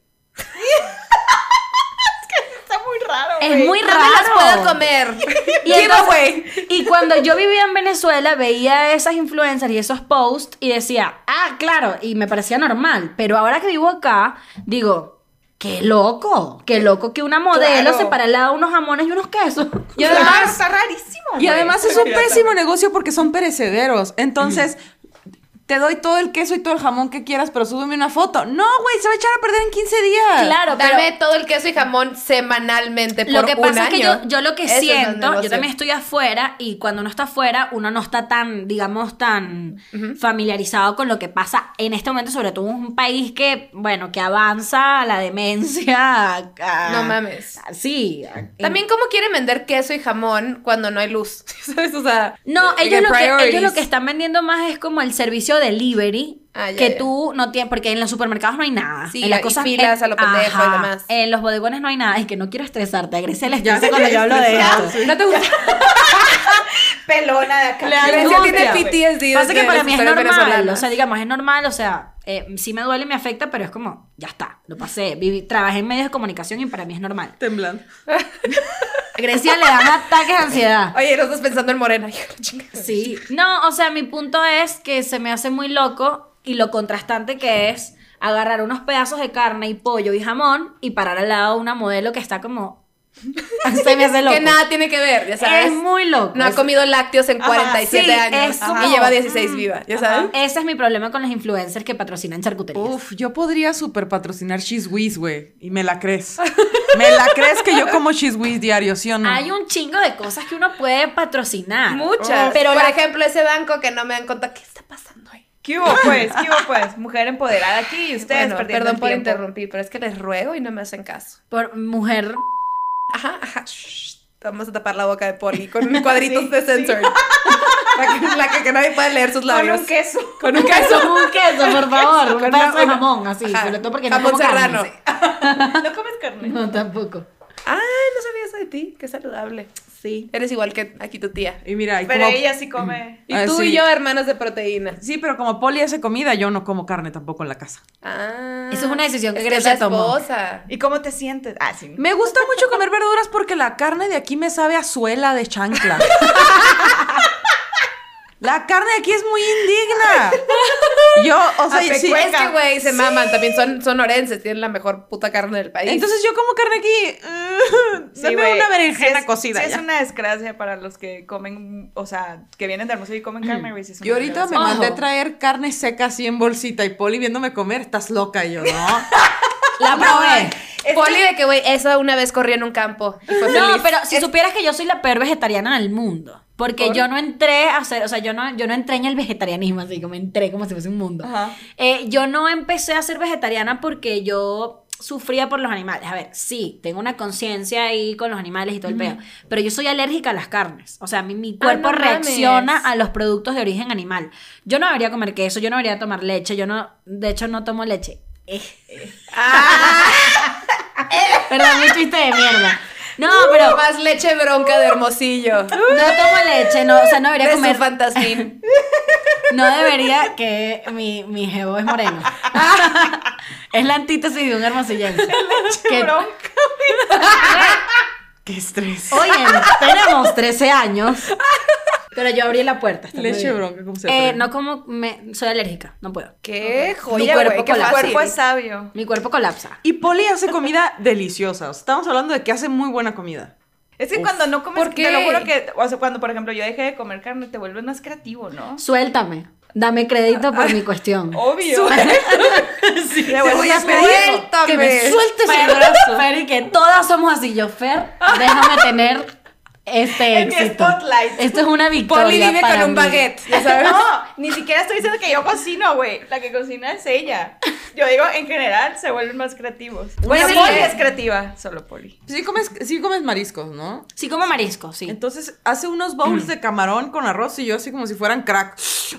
Está muy raro, Es güey. muy No me las raro. puedo comer. Y entonces- Giveaway. Y cuando yo vivía en Venezuela, veía esas influencers y esos posts y decía, ah, claro, y me parecía normal. Pero ahora que vivo acá, digo, qué loco que una modelo Claro. se pare al lado de unos jamones y unos quesos. Y Claro, además, está rarísimo. y güey. además es un pésimo negocio porque son perecederos. Entonces, te doy todo el queso y todo el jamón que quieras, pero súbeme una foto. No, güey, se va a echar a perder en 15 días. Claro, pero Dame todo el queso y jamón semanalmente por lo que un pasa es que año. yo lo que Eso es más siento, negocio. yo también estoy afuera y cuando uno está afuera, uno no está tan, digamos, tan familiarizado con lo que pasa en este momento, sobre todo en un país que, bueno, que avanza a la demencia. No mames. Sí. También cómo quieren vender queso y jamón cuando no hay luz. ¿Sabes? O sea, No, que ellos lo priorities. que están vendiendo más es como el servicio servicio delivery Ya, que ya. tú no tienes, porque en los supermercados no hay nada. Sí, en las y cosas filas a lo pendejo y demás. En los bodegones no hay nada. Es que no quiero estresarte. A Grecia le Ya estresa sé cuando que yo hablo de estresado, esto. sí. ¿No te gusta? Pelona de acá. Grecia tiene angustia. PTSD. Pasa que desde para mí es las historias normal, venezolanas. o sea, digamos, es normal, o sea, sí me duele y me afecta, pero es como, ya está, lo pasé. Trabajé en medios de comunicación y para mí es normal. Temblando. A Grecia le dan ataques de ansiedad. Oye, no estás pensando en Morena. Hijo de chingada. Sí. No, o sea, mi punto es que se me hace muy loco y lo contrastante que es agarrar unos pedazos de carne y pollo y jamón y parar al lado una modelo que está como... Se me hace loco. Que nada tiene que ver, ya sabes. Es muy loco. No ha comido lácteos en 47 sí, años es como- y lleva 16 viva, ya sabes. Ese es mi problema con los influencers que patrocinan charcuterías. Uf, yo podría super patrocinar Cheese Whiz, güey. Y me la crees. ¿Me la crees que yo como Cheese Whiz diario, sí o no? Hay un chingo de cosas que uno puede patrocinar. Muchas. Pero Por la- ejemplo, ese banco que no me han contado. ¿Qué está pasando ahí? ¿Qué hubo pues? ¿Qué hubo pues? Mujer empoderada aquí y ustedes Bueno, perdiendo perdón el por tiempo. interrumpir, pero es que les ruego y no me hacen caso. Por mujer. Ajá, ajá. Shh, vamos a tapar la boca de Poli con cuadritos Sí, de censored. que nadie pueda leer sus Con labios. un queso. Con un queso. Un queso, por favor. Con Un pedazo de una- jamón, así. Ajá. Sobre todo porque no Jamón como carne. serrano. ¿No comes carne? No, tampoco. Ay, no sabía eso de ti. Qué saludable. Sí. Eres igual que aquí tu tía. Y mira, y Pero como... ella sí come. Y Ah, tú sí. y yo, hermanas de proteína. Sí, pero como Poli hace comida, yo no como carne tampoco en la casa. Ah. Eso es una decisión que es Grecia es la tomó. esposa. ¿Y cómo te sientes? Ah, sí. Me gusta mucho comer verduras porque la carne de aquí me sabe a suela de chancla. La carne de aquí es muy indigna. Yo, o sea, Es sí. que, güey, se maman. También son orenses. Tienen la mejor puta carne del país. Entonces yo como carne aquí. Dame güey. una berenjena Sí cocida Sí, ya. es una desgracia para los que comen, o sea, que vienen de Hermosillo y comen carne, güey. Sí, es una Yo ahorita me desgracia. Ojo. mandé traer carne seca así en bolsita y Poli viéndome comer, estás loca. Y yo, no. La probé. Poli de que, güey, esa una vez corrió en un campo y fue No, feliz. pero si supieras que yo soy la peor vegetariana del mundo. Porque ¿Por? yo no entré a hacer, o sea, yo no entré en el vegetarianismo, así como entré como si fuese un mundo. Ajá. Yo no empecé a ser vegetariana porque yo sufría por los animales. A ver, sí, tengo una conciencia ahí con los animales y todo el pedo, pero yo soy alérgica a las carnes. O sea, mi cuerpo no reacciona mames. a los productos de origen animal. Yo no debería comer queso, yo no debería tomar leche, de hecho no tomo leche. Perdón, mi chiste de mierda. No, pero Más leche bronca de Hermosillo. no tomo leche, no, o sea, no debería De comer. su fantasmín. No debería que mi jevo es moreno. Es la antítesis de un hermosillense. Que- Bronca. Qué estrés. Oye, tenemos 13 años. Pero yo abrí la puerta. está muy Leche bien. bronca, ¿cómo se atreve? No como, soy alérgica, no puedo. Qué Mi joya, cuerpo güey. Qué El colapsa. cuerpo es sabio. Mi cuerpo colapsa. Y Poli hace comida deliciosa. O sea, estamos hablando de que hace muy buena comida. Es que cuando no comes, ¿por qué? te lo juro que, o sea, cuando por ejemplo yo dejé de comer carne, te vuelves más creativo, ¿no? Suéltame. Dame crédito por mi cuestión. Obvio. Sí, te vuelves más creativo. Suéltame. Que me sueltes el brazo. Fer, y que todas somos así. Yo, Fer, déjame tener este En mi éxito. spotlight. Esto es una victoria Poli vive para con un mí. baguette, ya sabes. No, ni siquiera estoy diciendo que yo cocino, güey. La que cocina es ella. Yo digo, en general, se vuelven más creativos. Bueno, Sí. Poli es creativa, solo Poli. Sí comes mariscos, ¿no? Sí como marisco, sí. Entonces hace unos bowls de camarón con arroz y yo así como si fueran crack.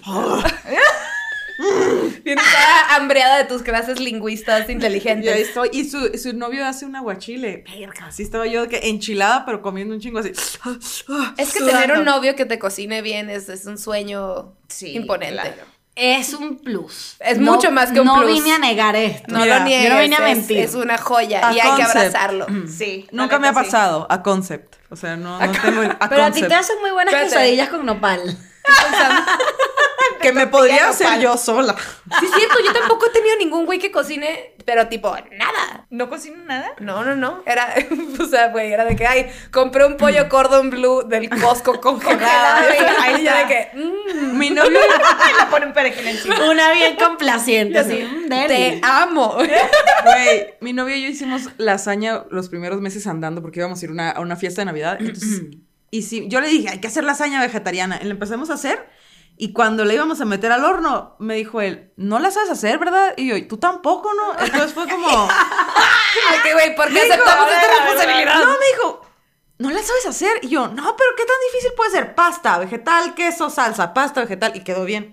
Bien, estaba hambreada de tus clases lingüistas Y ahí inteligentes. estoy. Y su novio hace un aguachile. Verga, así estaba yo de que enchilada, pero comiendo un chingo así. Es que sudando. tener un novio que te cocine bien es un sueño imponente. claro. Es un plus. Es mucho más que un no plus. vine a negar esto. No Mira, lo niegues. yo no vine a es- mentir. Es una joya A y hay que concept. abrazarlo. Sí. la Nunca me ha neta, sí. pasado a concept. O sea, no tengo a Pero a ti concept. te hacen muy buenas Espérate. quesadillas con nopal. Que me podría hacer yo sola. Sí, es cierto, yo tampoco he tenido ningún güey que cocine, pero tipo, nada. ¿No cocino nada? No. Era, o sea, güey, era de que, ay, compré un pollo cordon bleu del Costco congelado. Congelado, Ahí ahí ya de está. que, Mi novio, Le ponen perejil encima. Una bien complaciente, así. te Deli. amo. güey, mi novio y yo hicimos lasaña los primeros meses andando porque íbamos a ir a una fiesta de Navidad. Entonces, y sí, yo le dije, hay que hacer lasaña vegetariana. Y la empezamos a hacer. Y cuando la íbamos a meter al horno, me dijo él, no la sabes hacer, ¿verdad? Y yo, ¿tú tampoco, no? Entonces fue como... De que, güey, ¿por qué Dijo, aceptamos a ver, esta a ver, responsabilidad? No, me dijo, ¿no la sabes hacer? Y yo, no, pero ¿qué tan difícil puede ser? Pasta, vegetal, queso, salsa, pasta, vegetal. Y quedó bien.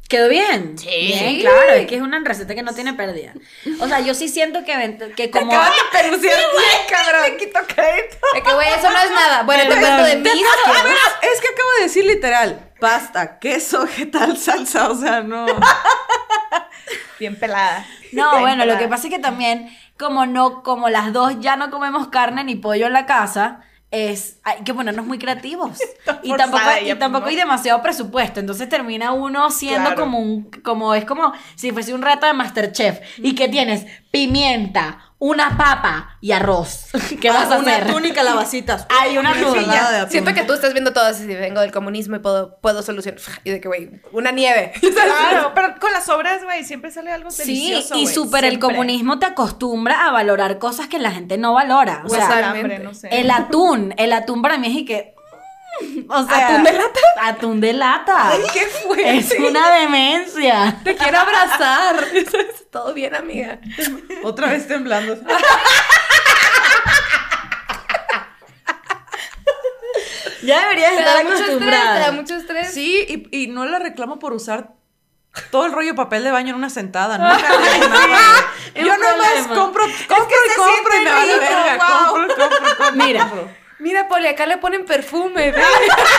¿Quedó bien? Sí. Bien, claro, es que es una receta que no tiene pérdida. O sea, yo sí siento que como... Acabas de peluciar bien, cabrón. Me quito crédito. Es que, güey, eso no es nada. Bueno, te Perdón. cuento de mis tiempos. Es que acabo de decir literal, pasta, queso, vegetal, salsa, o sea, no. Bien pelada. No, Bien bueno, lo pelada. que pasa es que también, como las dos ya no comemos carne ni pollo en la casa, hay que ponernos muy creativos. Y tampoco, forzada ella, tampoco pues, hay ¿no? demasiado presupuesto. Entonces termina uno siendo Claro. es como si fuese un reto de MasterChef. ¿Y qué tienes? Pimienta, una papa y arroz. ¿Qué vas a una hacer? atún y calabacitas. Hay una atún. ensalada de atún. Siento que tú estás viendo todo así, vengo del comunismo y puedo solucionar. Y de que, güey, una nieve. Claro, pero con las obras, güey, siempre sale algo Sí, delicioso, y güey, súper el siempre. comunismo te acostumbra a valorar cosas que la gente no valora. O O sea, el Totalmente. hambre, no sé. el atún para mí es y que... O sea, ¿Atún de lata? Atún de lata. ¡Qué fuerte! Es una demencia. Te quiero abrazar. Todo bien, amiga. Otra vez temblando. Ya deberías Te estar da mucho estrés, te da acostumbrada. mucho estrés. Sí, y no la reclamo por usar todo el rollo de papel de baño en una sentada. Nunca hago nada. Es Yo un nomás problema. compro se y compro y me vale siente rico, verga. wow. Compro. Mira. Mira, Poli, acá le ponen perfume. ¿Ve?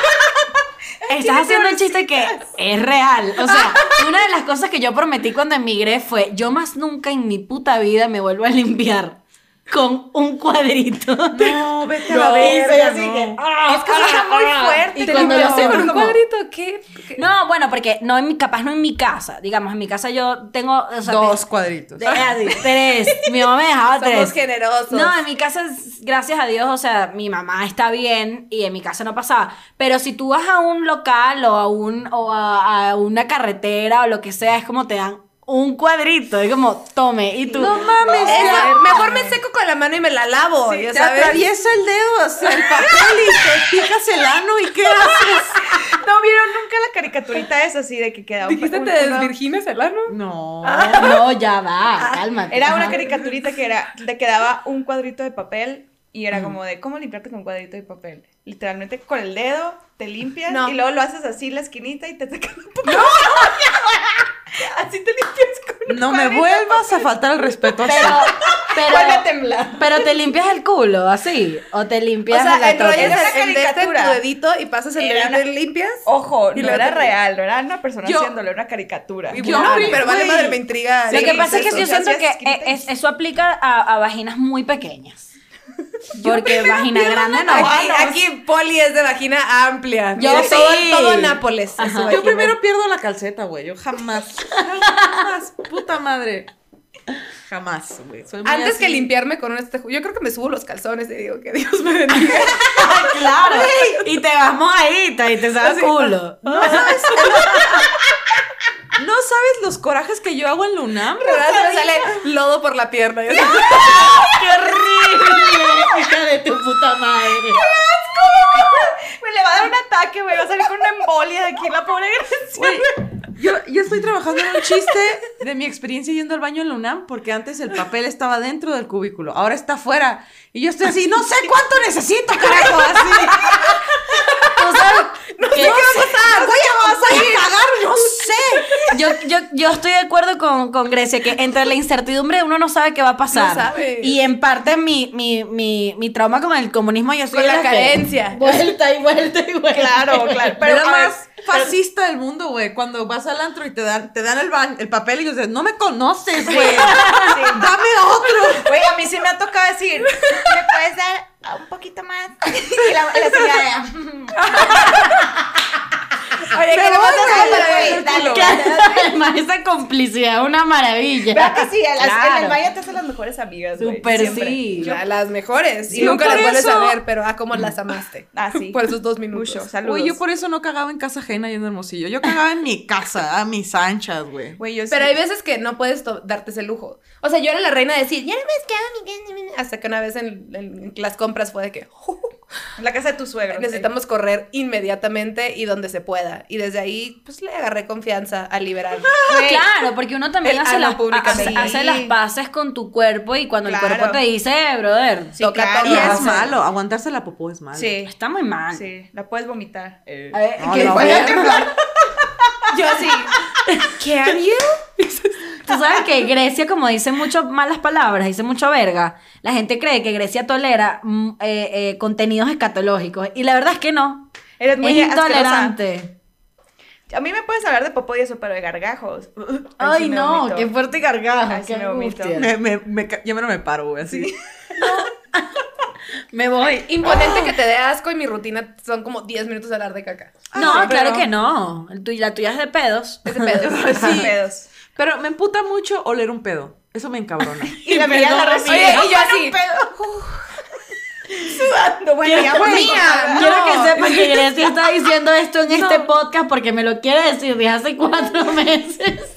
Estás haciendo un chiste que es real. O sea, una de las cosas que yo prometí cuando emigré fue: yo más nunca en mi puta vida me vuelvo a limpiar con un cuadrito. No, vete a No, la verga. soy así no. que, ah, Es que suena muy fuerte. Y ¿Te cuando lo limpiaste hacemos con un como- cuadrito? ¿Qué? No, bueno, porque capaz no en mi casa. Digamos, en mi casa yo tengo, o sea, Dos cuadritos. así, 3. Mi mamá me dejaba 3. Somos generosos. No, en mi casa, gracias a Dios, o sea, mi mamá está bien y en mi casa no pasaba. Pero si tú vas a un local o a una carretera o lo que sea, es como te dan un cuadrito. Es como, tome. Y tú, No mames, Eso, mejor me seco con la mano y me la lavo, Sí, ya te sabes. atraviesa el dedo hacia el papel y te picas el ano y ¿qué haces? ¿No vieron nunca la caricaturita esa así de que quedaba ¿Dijiste te desvirginas el ano? No. no, ya va, cálmate. Era una Ajá. caricaturita que te quedaba un cuadrito de papel y era como de cómo limpiarte con un cuadrito de papel. Literalmente con el dedo te limpias No. y luego lo haces así en la esquinita y te sacas un poco. Así te limpias con un No me cuadrito. vuelvas a faltar el respeto así. Vuelve a temblar. Pero te limpias el culo, así. O te O limpias sea, la enrollas Era una el dedo en tu caricatura. dedito y pasas el Era dedito una- y limpias. Ojo, Y no luego era te- real, no era una persona Yo- haciéndolo, era una caricatura. Y Yo, bueno, güey. pero vale madre, me intriga. Lo Sí, que pasa es que eso, yo o sea, siento que hacías esquinitas. eso aplica a vaginas muy pequeñas. Porque vagina grande no. Aquí Poli es de vagina amplia. Yo Mire, sí. todo Nápoles. es su Ajá. vagina. Yo primero pierdo la calceta, güey. Yo jamás. Jamás, puta madre. Jamás, güey. Soy muy Antes así. que limpiarme con un espejo, yo creo que me subo los calzones y digo que Dios me bendiga. Claro. Y te vas mojadita y te sabes culo. No sabes los corajes que yo hago en la UNAM. ¿Verdad? Se me sale lodo por la pierna. Ya sabes. ¡Qué horrible! Hija de tu puta madre. Güey, le va a dar un ataque, güey, va a salir con una embolia de aquí la pobre Grecia. Güey, yo estoy trabajando en un chiste de mi experiencia yendo al baño en la UNAM porque antes el papel estaba dentro del cubículo, ahora está afuera. Y yo estoy así, no sé cuánto necesito, carajo, así. ¿Tú sabes? No sé qué va a pasar. Voy a cagar, no sé. Yo estoy de acuerdo con Grecia, que entre la incertidumbre uno no sabe qué va a pasar. No sabe. Y en parte mi trauma con el comunismo, yo soy Con la que- carencia. Vuelta y vuelta y vuelta. Claro, claro. Pero Pero a ver, más fascista del mundo, güey. Cuando vas al antro y te dan el papel y dices, no me conoces, güey. Dame otro. güey, a mí sí me ha tocado decir, ¿me puedes dar un poquito más? Y la señora, Oye, Me ¿qué le voy, pasa dale, para güey, ver? dale. Además, esa complicidad es una maravilla. ¿verdad que sí? En Claro. el baño te hacen las mejores amigas, güey. Súper siempre. sí. Ya, las mejores. Sí, y nunca por las vuelves eso- a ver, pero cómo las amaste. Ah, sí. Por esos 2 minutos. Mucho, saludos. Güey, yo por eso no cagaba en casa ajena yendo a Hermosillo. Yo cagaba en mi casa, a mis anchas, güey. Güey, yo sí. Pero hay veces que no puedes darte ese lujo. O sea, yo era la reina de decir, ya no me quedo mi casa. Hasta que una vez en las compras fue de que En la casa de tu suegro. necesitamos correr inmediatamente y donde se pueda. Y desde ahí, pues le agarré confianza a liberar. Güey, Claro, porque uno también El hace ano las, públicamente. hace las paces con tu cuerpo y cuando Claro. el cuerpo te dice, brother, Sí, toca claro. Y todo. es malo, aguantarse la popó es malo. Sí. está muy mal. Sí, la puedes vomitar. A ver, No, ¿qué la fue? verga. Yo así, ¿Qué are you? Tú sabes que Grecia, como dice mucho malas palabras, dice mucho verga, la gente cree que Grecia tolera contenidos escatológicos. Y la verdad es que no. Eres muy es asquerosa. intolerante. A mí me puedes hablar de popó y eso, pero de gargajos. Ay, sí me no, vomito. qué fuerte gargajo. Ay, sí Qué me vomito. angustia. Yo no me paro, güey, así. Me voy. Imponente que te dé asco y mi rutina son como 10 minutos de hablar de caca. No, sí, claro pero- que no. La tuya es de pedos. Ese pedo. Sí. Pedos. Pero me emputa mucho oler un pedo. Eso me encabrona. Y la mía la recibe. Oye, y yo así. Sudando. Bueno, ya voy. Mía, Quiero no. que sepan que Grecia está diciendo esto en este podcast porque me lo quiere decir desde hace 4 meses.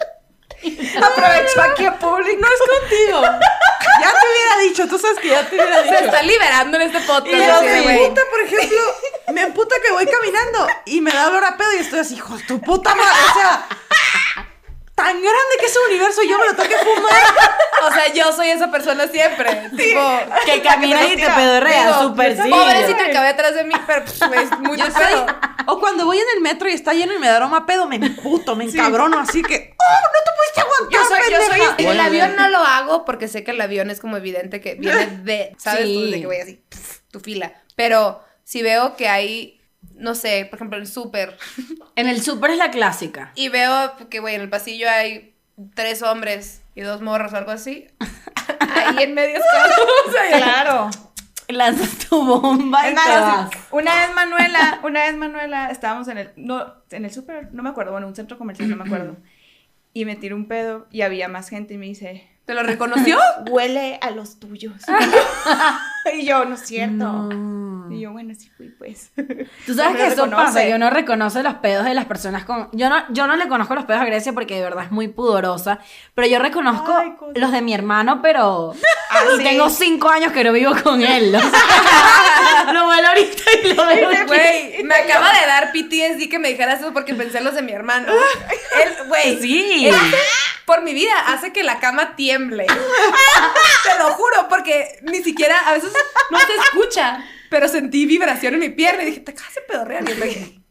Aprovecho aquí a público. No es contigo. Ya te hubiera dicho, tú sabes que ya te hubiera Se dicho. está liberando en este podcast. Y yo así de, me güey. emputa, por ejemplo, me emputa que voy caminando y me da olor a pedo y estoy así, hijo de tu puta madre, o sea, tan grande que es el universo, yo me lo tengo que fumar. O sea, yo soy esa persona siempre. Tipo, Que caminas y te pedorreas, digo, súper sí. pobrecito el que había atrás de mí, pero es muy Yo de soy, pedo. o cuando voy en el metro y está lleno y me da aroma a pedo, me emputo, me encabrono, así que, no te pudiste aguantar, Yo soy pendeja. En el avión no lo hago porque sé que el avión es como evidente que viene de, ¿sabes? Sí. Tú, de que voy así, tu fila. Pero si veo que hay, no sé, por ejemplo, en el súper, En el súper es la clásica. y veo que, güey, en el pasillo hay 3 hombres y 2 morras o algo así, ahí en medio está, o sea, Claro. Lanzas tu bomba y Es te más, vas. una vez Manuela, estábamos en el súper, no me acuerdo, bueno, un centro comercial, no me acuerdo. Y me tiró un pedo y había más gente y me dice, ¿te lo reconoció? huele a los tuyos. Y yo, no es cierto. Y yo, bueno, sí fui, pues. Tú sabes No que me eso reconoce. pasa, yo no reconozco los pedos de las personas con... Yo no le conozco los pedos a Grecia porque de verdad es muy pudorosa, pero yo reconozco Ay, cosa. los de mi hermano, pero... y sí. tengo 5 años que no vivo con él. O sea, lo veo ahorita y lo veo aquí. Güey, me acaba de dar PTSD que me dijeras eso porque pensé en los de mi hermano. Él, güey, Sí. él por mi vida hace que la cama tiemble. Te lo juro, porque ni siquiera a veces no se escucha, pero sentí vibración en mi pierna y dije, te acabas de pedorrear. Y yo le dije,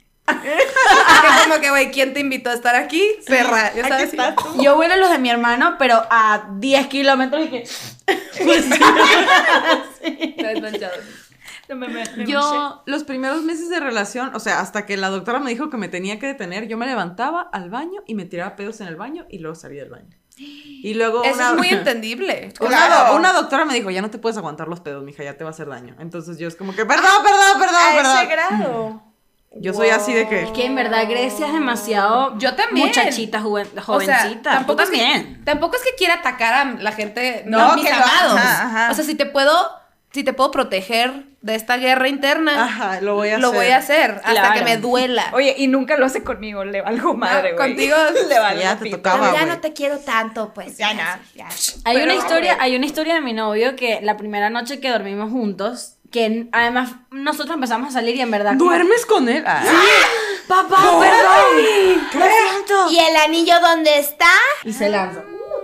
como que, güey, ¿quién te invitó a estar aquí? Perra, ya Aquí sabes. estás tú. Yo huelo los de mi hermano, pero a 10 kilómetros y que... Pues sí. Te has manchado. Me manché. Yo, los primeros meses de relación, o sea, hasta que la doctora me dijo que me tenía que detener, yo me levantaba al baño y me tiraba pedos en el baño y luego salía del baño. Y luego Eso es muy entendible. Claro. una doctora me dijo, ya no te puedes aguantar los pedos, mija, ya te va a hacer daño. Entonces yo es como que, perdón. A ese grado. Yo soy así de que... Es que en verdad Grecia es demasiado... Yo también. Muchachita, O sea, jovencita. tampoco Tú es que- también. tampoco es que quiera atacar a la gente, No, no, mis que lo- amados. ajá. O sea, si te puedo proteger de esta guerra interna, Ajá, lo voy a lo hacer. voy a hacer hasta Claro. que me duela. Oye, y nunca lo hace conmigo, le valgo madre, No, güey. contigo le valgo ya te pito. tocaba, ya güey. no te quiero tanto, pues. Ya, no, ya. Hay una Pero, historia de mi novio que la primera noche que dormimos juntos, que además nosotros empezamos a salir y en verdad... como- ¿Duermes con él? Ah. Papá, perdón. Lo siento. ¿Y el anillo dónde está? Y se lanza.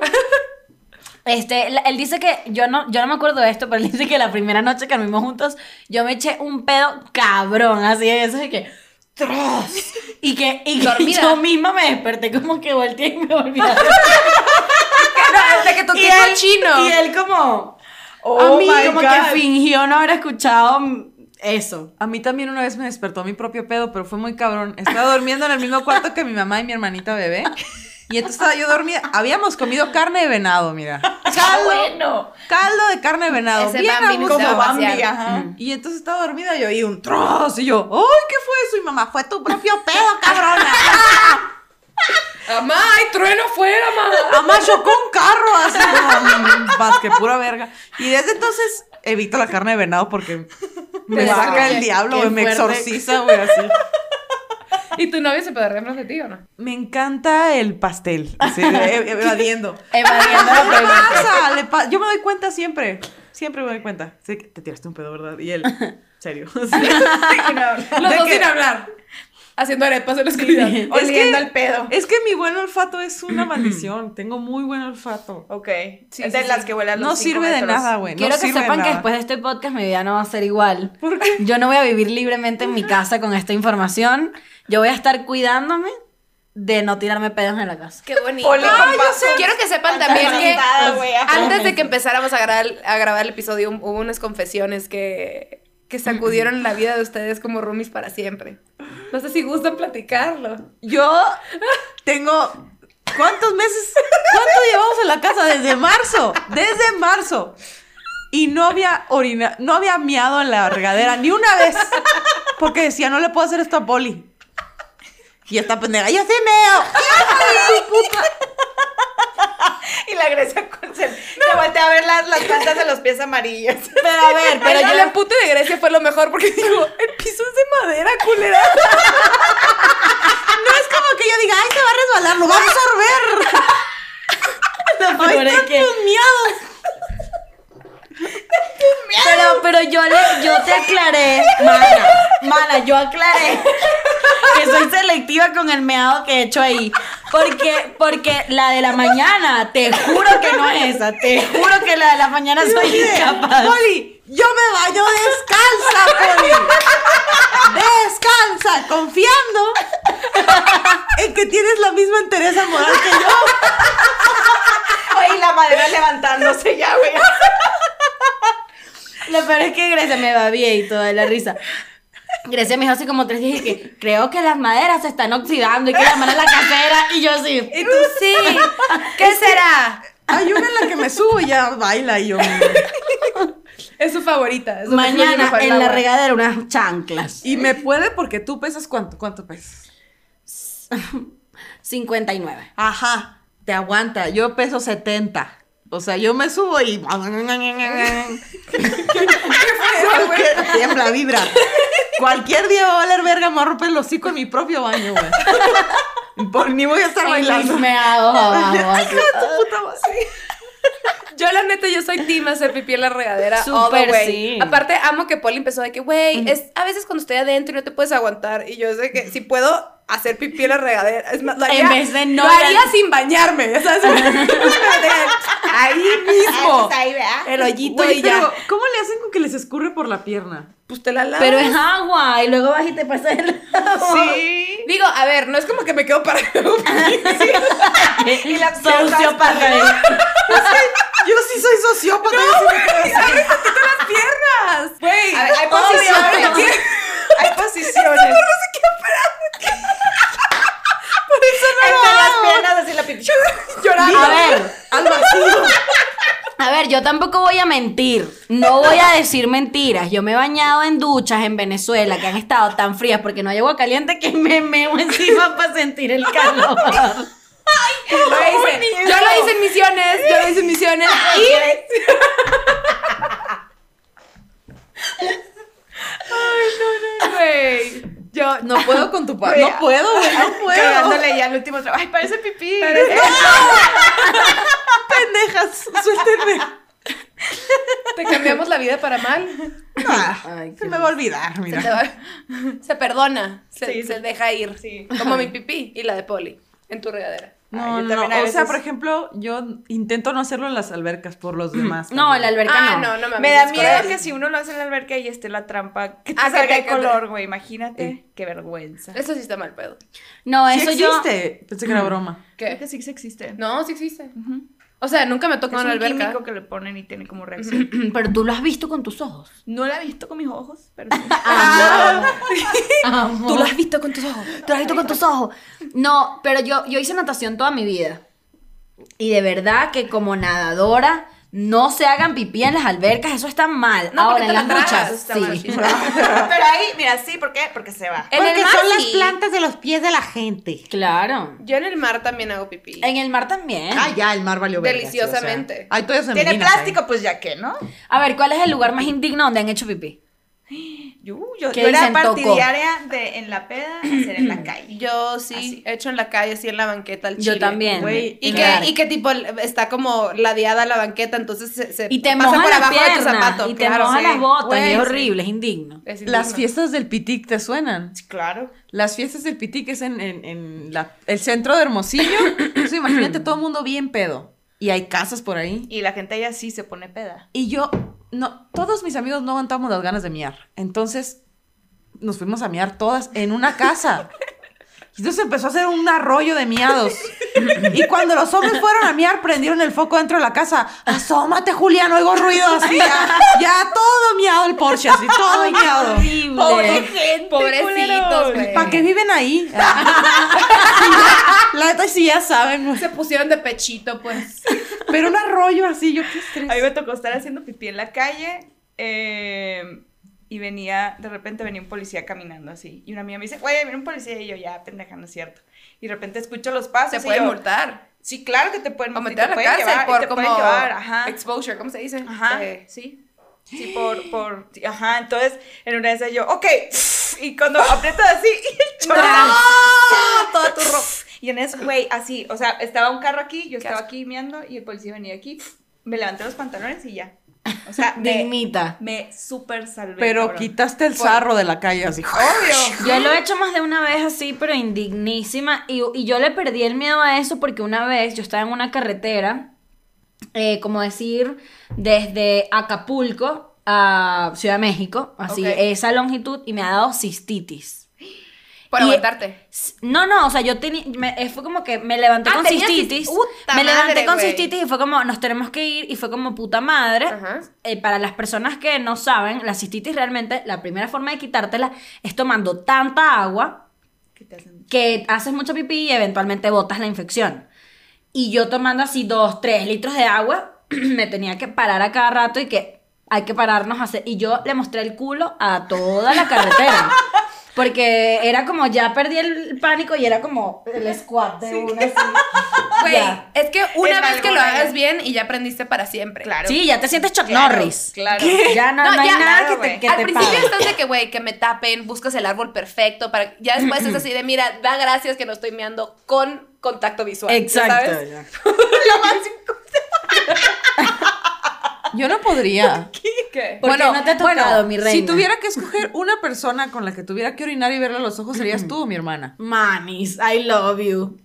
Él dice que, yo no me acuerdo de esto, pero él dice que la primera noche que dormimos juntos, yo me eché un pedo cabrón, así de eso de que... ¡Tros! Y que Dormida. yo misma me desperté como que volteé y me volví a No, de que toqué y cochino. y él como... Oh a mí my como God. que fingió no haber escuchado eso. A mí también una vez me despertó mi propio pedo, pero fue muy cabrón. Estaba durmiendo en el mismo cuarto que mi mamá y mi hermanita bebé. Y entonces estaba yo dormida. Habíamos comido carne de venado, mira. bueno. Caldo de carne de venado. Ese bien a Bambi gusto. se va a Como Bambi, vaciar. ajá. Y entonces estaba dormida yo y un trozo. Y yo, ¡ay, qué fue eso! Y mamá, fue tu propio pedo, cabrona. Mamá, hay trueno fuera, mamá. Mamá chocó un carro así como más que pura verga. Y desde entonces evito la carne de venado porque me Te saca destruye. el diablo, Qué güey, me fuerte. exorciza, güey, así. ¿Y tu novio se pedorrea enfrente de ti o no? Me encanta el pastel, así, evadiendo. Evadiendo la ¿Qué pregunta. pasa? Yo me doy cuenta siempre. Siempre me doy cuenta. Sé que te tiraste un pedo, ¿verdad? Y él, serio. Sí. Los ¿De dos qué? sin hablar. Haciendo arepas en la oscuridad. Oliendo el pedo. Es que mi buen olfato es una maldición. Tengo muy buen olfato. Ok. Sí, es de sí, las sí. que vuelan los No 5 sirve de metros. nada, güey. Quiero no que sirve de sepan que nada. después de este podcast mi vida no va a ser igual. ¿Por qué? Yo no voy a vivir libremente en mi casa con esta información. Yo voy a estar cuidándome de no tirarme pedos en la casa. Qué bonito. Poli, Quiero que sepan también que Nada, güey, ajá. antes de que empezáramos a grabar el episodio hubo unas confesiones que sacudieron la vida de ustedes como roomies para siempre. No sé si gustan platicarlo. Yo tengo... ¿Cuántos meses? ¿Cuánto llevamos en la casa? Desde marzo. Desde marzo. Y no había miado en la regadera ni una vez. Porque decía, no le puedo hacer esto a Poli. Y esta pendeja, yo sí meo. Y la Grecia se voltea a ver las plantas de los pies amarillas. Pero a ver, Pero el empute de Grecia fue lo mejor porque dijo, el piso es de madera, culera. No es como que yo diga, ay, se va a resbalar, lo va a absorber. Lo peor es que- tus miados. Pero yo te aclaré, mana, yo aclaré que soy selectiva con el meado que he hecho ahí. Porque la de la mañana, te juro que no es esa. Te juro que la de la mañana soy incapaz. Poli, yo me baño descalza, Poli. Descalza, confiando en que tienes la misma entereza moral que yo. Oye, y la madera levantándose ya, güey. Lo peor es que Grecia me va bien y toda la risa. Grecia me dijo hace como 3 días y que creo que las maderas se están oxidando y que la mano es la casera y yo sí. Y tú sí. ¿Qué será? Hay una en la que me subo y ya baila y yo. Es su favorita. es donde fluye Mañana mejor el en la agua. regadera unas chanclas. Y me puede porque tú pesas ¿cuánto? ¿Cuánto pesas? 59. Ajá, te aguanta. Yo peso 70. O sea, yo me subo y... Tiembla, vibra. Cualquier día va a valer verga, me voy a romper el hocico en mi propio baño, güey. Ni voy a estar bailando. Meados abajo. así. Yo la neta, yo soy team hacer pipí en la regadera. Súper, güey. sí. Aparte, amo que Poli empezó de que, güey, es a veces cuando estoy adentro y no te puedes aguantar. Y yo sé que si puedo hacer pipí en la regadera, es más, lo haría, En vez de no lo haría la- sin bañarme, ¿sabes? Ahí mismo. Ahí, ¿verdad? El hoyito Güey, y ya. pero ¿cómo le hacen con que les escurre por la pierna? Pues te la lavas. Pero es agua y luego vas y te pasas el agua. Sí. Digo, a ver, no es como que me quedo para Y la sociópata. Yo sí soy sociópata. yo sí me quedo así. las piernas. Güey. A ver, hay obvio, posiciones. obvio. Hay posiciones. Entre las piernas, así la pinche. Llorando. A ver, Al vacío. a ver, yo tampoco voy a mentir. No voy a decir mentiras. Yo me he bañado en duchas en Venezuela que han estado tan frías porque no hay agua caliente que me meo encima para sentir el calor. Yo lo hice en Misiones. Y güey. Yo no puedo con tu padre. Güey, No puedo, güey, no puedo. Cagándole ya al último trabajo. Ay, parece pipí. Pendejas, suéltenme. te cambiamos la vida para mal. Ay, Se me va a olvidar, mira. Se perdona. Se Sí, sí. deja ir. Sí. Como mi pipí y la de Poli en tu regadera. No, Ay, yo no, también a o sea, veces- por ejemplo, yo intento no hacerlo en las albercas por los demás. No, en la también. alberca no. no mames. Me da es miedo cruel. que si uno lo hace en la alberca y esté la trampa, que te Ah, que salga te- el color, güey. Imagínate. Qué vergüenza. Eso sí está mal pedo. No, Sí eso yo. existe. Pensé que era broma. Creo ¿Qué? que sí existe. No, sí existe. O sea, nunca me tocó Es en la un alberca. químico que le ponen y tiene como reacción. Pero tú lo has visto con tus ojos. No la he visto con mis ojos, pero sí. Tú lo has visto con tus ojos. Tú lo has visto con tus ojos. No, pero yo hice natación toda mi vida. Y de verdad que como nadadora, no se hagan pipí en las albercas, eso está mal. No, porque Ahora, te en las la tragas, duchas, está sí. mal, sí. Pero ahí, mira, sí, ¿por qué? Porque se va. En el mar sí. de los pies de la gente. Claro. Yo en el mar también hago pipí. En el mar también. Ah, ya, el mar valió verga. Deliciosamente. Sí, o sea, hay toallas Tiene femeninas plástico, ahí. pues ya que, ¿no? A ver, ¿cuál es el lugar más indigno donde han hecho pipí? Yo ¿Qué era dicen, Toco? partidaria de en la peda hacer en la calle. Yo sí, Así. he hecho en la calle, así en la banqueta al Yo chile. también. Güey, Y Claro. que tipo está como ladeada la banqueta, entonces se Y te pasa moja por la abajo de tu pierna, zapato. y te claro, moja sí. las botas, Güey, y es sí. horrible, es indigno. Es Las indigno. fiestas del Pitic te suenan. Claro. Las fiestas del Pitic es en el centro de Hermosillo. Entonces, imagínate todo el mundo bien pedo. Y hay casas por ahí. Y la gente allá sí se pone peda. Y yo, no, todos mis amigos no aguantamos las ganas de miar. Entonces, nos fuimos a miar todas en una casa. Y entonces empezó a hacer un arroyo de miados. Y cuando los hombres fueron a miar, prendieron el foco dentro de la casa. Asómate, Julián, oigo ruido así. Ya todo miado el Porsche, así, todo miado. Horrible. gente, Pobrecitos, güey. ¿Para qué viven ahí? La neta, sí ya saben, güey. Se pusieron de pechito, pues. Pero un arroyo así, yo qué estrés. A mí me tocó estar haciendo pipí en la calle y de repente venía un policía caminando así. Y una amiga me dice, güey, viene un policía. Y yo, ya, pendeja, no es cierto. Y de repente escucho los pasos. Se y pueden yo, multar. Sí, claro que te pueden O multar. meter a la cárcel por te como pueden llevar, ajá. exposure, ¿cómo se dice? Ajá, sí. Sí, ajá, entonces, en una de esas yo, ok, y cuando aprieto así, y el chorro, toda tu ropa, y en eso, güey, así, o sea, estaba un carro aquí, yo estaba aquí meando, y el policía venía aquí, me levanté los pantalones y ya, o sea, Dignita. me súper salvé, Pero cabrón. quitaste el sarro de la calle así. Obvio. Yo lo he hecho más de una vez así, pero indignísima. Y yo le perdí el miedo a eso porque una vez yo estaba en una carretera, como decir, desde Acapulco a Ciudad de México, así, Ok. esa longitud, y me ha dado cistitis. Por Y- aguantarte. No, o sea, yo tenía, fue como que me levanté con tenías cistitis, puta me levanté madre, con güey. cistitis y fue como, nos tenemos que ir, y fue como puta madre. Ajá. Para las personas que no saben, la cistitis realmente, la primera forma de quitártela es tomando tanta agua ¿Qué te hacen? que haces mucho pipí y eventualmente botas la infección. Y yo tomando así 2, 3 litros de agua, me tenía que parar a cada rato y que hay que pararnos a hacer. Y yo le mostré el culo a toda la carretera. Porque era como, ya perdí el pánico y era como el squat de una así. Güey, Ya. es que una En vez que lo alguna hagas ya. bien y ya aprendiste para siempre. Claro. Sí, ya te sientes Chuck Claro, Norris. claro. Ya no, No, no hay ya, nada claro, que güey. te Al pare. principio estás de que, güey, que me tapen, buscas el árbol perfecto para... Ya después es así de, mira, da gracias que no estoy meando con contacto visual. ¿ya Exacto. sabes? ya. Lo más Yo no podría. ¿Qué? ¿Por qué no te ha tocado, mi reina? Si tuviera que escoger una persona con la que tuviera que orinar y verle a los ojos, serías tú, mi hermana. Mamis, I love you.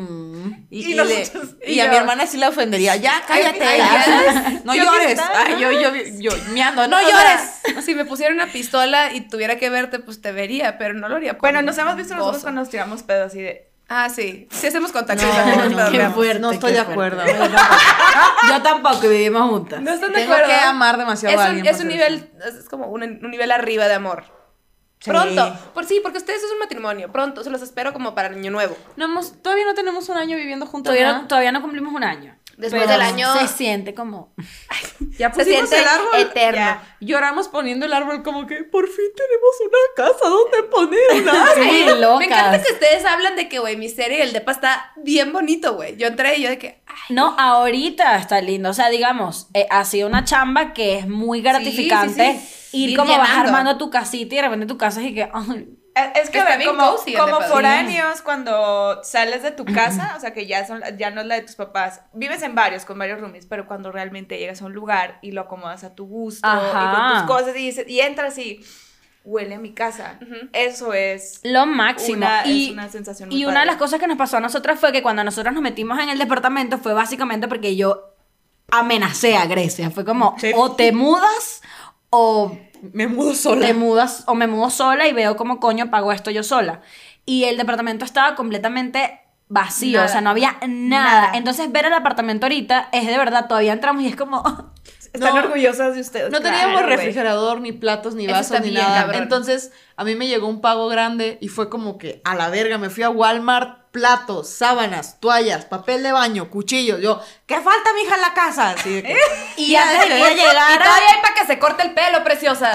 Y nosotros- y a mi hermana sí la ofendería. Ya, cállate. ay, ya. No yo llores. que estaba. Ay, yo miando. No O sea, llores. si me pusiera una pistola y tuviera que verte, pues te vería, pero no lo haría. Bueno, con nos hemos visto nosotros gozo. cuando nos tiramos pedo así de... Ah, sí. Sí hacemos contacto. No, qué no, fuerte. No estoy qué de fuerte. acuerdo. Yo tampoco, y vivimos juntas. no están de Tengo acuerdo. que amar demasiado a alguien Es para un hacer nivel, es como un nivel arriba de amor. Sí. Pronto. Porque ustedes es un matrimonio. Pronto. Se los espero como para Año Nuevo. Todavía no tenemos un año viviendo juntos. Todavía no cumplimos un año. Después Pero del año- se siente como... Ya Se pusimos siente el árbol. eterno. Ya. Lloramos poniendo el árbol como que por fin tenemos una casa donde poner un árbol. Sí, Ay, locas. me encanta que ustedes hablan de que, güey, mi serie, el depa está bien bonito, güey. Yo entré y yo de que, ay, No, ahorita está lindo. O sea, digamos, ha sido una chamba que es muy gratificante. sí. Ir Ir como vas llenando. armando tu casita y de repente tu casa es y que... ay, Es que, Está a ver, bien como, cozy el como depa. foráneos, cuando sales de tu casa, o sea, que ya no es la de tus papás, vives en varios, con varios roomies, pero cuando realmente llegas a un lugar y lo acomodas a tu gusto, y Ajá. con tus cosas, y entras y huele a mi casa. Eso es lo máximo. es una sensación muy Y una de las padre. cosas que nos pasó a nosotras fue que cuando nosotros nos metimos en el departamento fue básicamente porque yo amenacé a Grecia. Fue como, Sí. o te mudas o Me mudo sola. te mudas o me mudo sola y veo cómo coño pago esto yo sola. Y el departamento estaba completamente vacío, Nada. o sea, no había nada. Nada. Entonces ver el apartamento ahorita es de verdad, todavía entramos y es como... Están No. orgullosas de ustedes. No teníamos claro, güey. refrigerador, ni platos, ni Eso vasos, está ni bien, nada. cabrón. Entonces, a mí me llegó un pago grande y fue como que a la verga. Me fui a Walmart, platos, sábanas, toallas, papel de baño, cuchillos. Yo, ¿qué falta, mija, en la casa? Así de que, Y antes de que ella y llegara... todavía hay para que se corte el pelo, preciosa.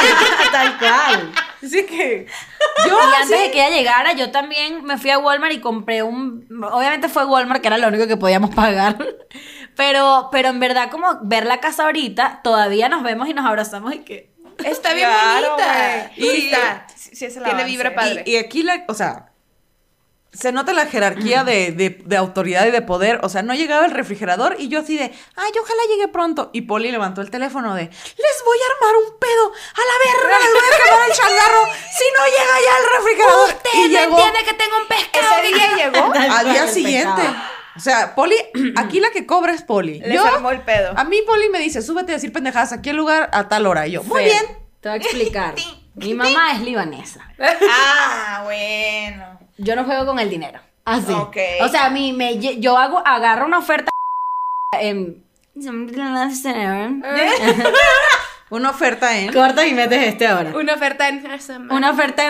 Tal cual. así que Y antes de que ella llegara, yo también me fui a Walmart y compré obviamente fue Walmart, que era lo único que podíamos pagar. Pero en verdad, como ver la casa ahorita, todavía nos vemos y nos abrazamos y que... Está bien Claro, bonita. güey. Sí, está. Sí, es el Tiene avance. vibra padre. Y aquí o sea, se nota la jerarquía de autoridad y de poder. O sea, no llegaba el refrigerador y yo así de, ay, ojalá llegue pronto. Y Poli levantó el teléfono de, les voy a armar un pedo. A la verga, les voy a quemar el changarro si no llega ya el refrigerador. Usted y no llegó entiende que tengo un pescado. Ese día llegó, al día El siguiente. pecado. O sea, Poli, aquí la que cobra es Poli. les armó el pedo. A mí Poli me dice, súbete a decir pendejadas aquí el lugar a tal hora. Y yo, muy bien. Te voy a explicar. Mi mamá es libanesa. Ah, bueno. Yo no juego con el dinero. Así. Ok. O sea, yo agarro una oferta Una oferta en... corta y metes ahora. Una oferta en... Una oferta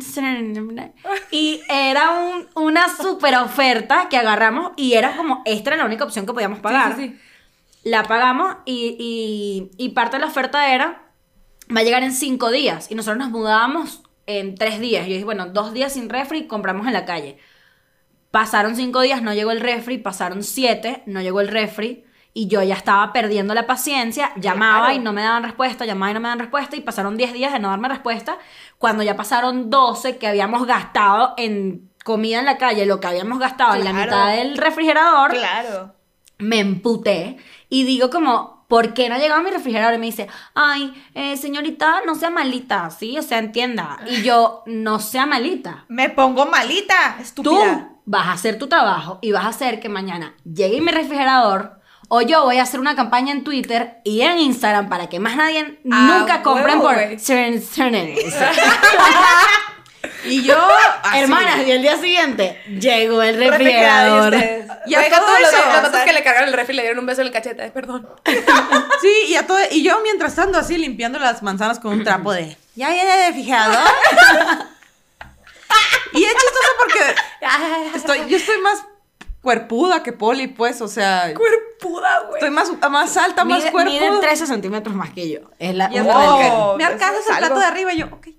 y era una super oferta que agarramos y era como, esta era la única opción que podíamos pagar. Sí. La pagamos y parte de la oferta era, va a llegar en 5 días y nosotros nos mudábamos en 3 días. Yo dije, bueno, 2 días sin refri, compramos en la calle. Pasaron 5 días, no llegó el refri, pasaron 7, no llegó el refri. Y yo ya estaba perdiendo la paciencia, llamaba y no me daban respuesta, llamaba y no me daban respuesta, y pasaron 10 días de no darme respuesta, cuando ya pasaron 12 que habíamos gastado en comida en la calle, lo que habíamos gastado en la mitad del refrigerador, Claro. me emputé y digo como, ¿por qué no ha llegado mi refrigerador? Y me dice, ay, señorita, no sea malita, ¿sí? O sea, entienda. Y yo, no sea malita. Me pongo malita, estúpida. Tú vas a hacer tu trabajo y vas a hacer que mañana llegue mi refrigerador. O yo voy a hacer una campaña en Twitter y en Instagram para que más nadie nunca compren huevo, por güey. Y yo... así. Hermanas, y el día siguiente llegó el Refrigerador. refrigerador. Y a Oiga, todo todos los eso... datos que le cargaron el refri le dieron un beso en el cachete. Perdón. Sí, y yo mientras ando así limpiando las manzanas con un trapo de... ¿Ya viene el refrigerador? Y es chistoso porque yo estoy más cuerpuda que Poli, pues, o sea... Cuerpuda, güey. Estoy más alta, más Mide cuerpuda. 13 centímetros más que yo. Es la Y es una como que, delgada. me alcanzas eso es el plato algo. de arriba y yo, ok.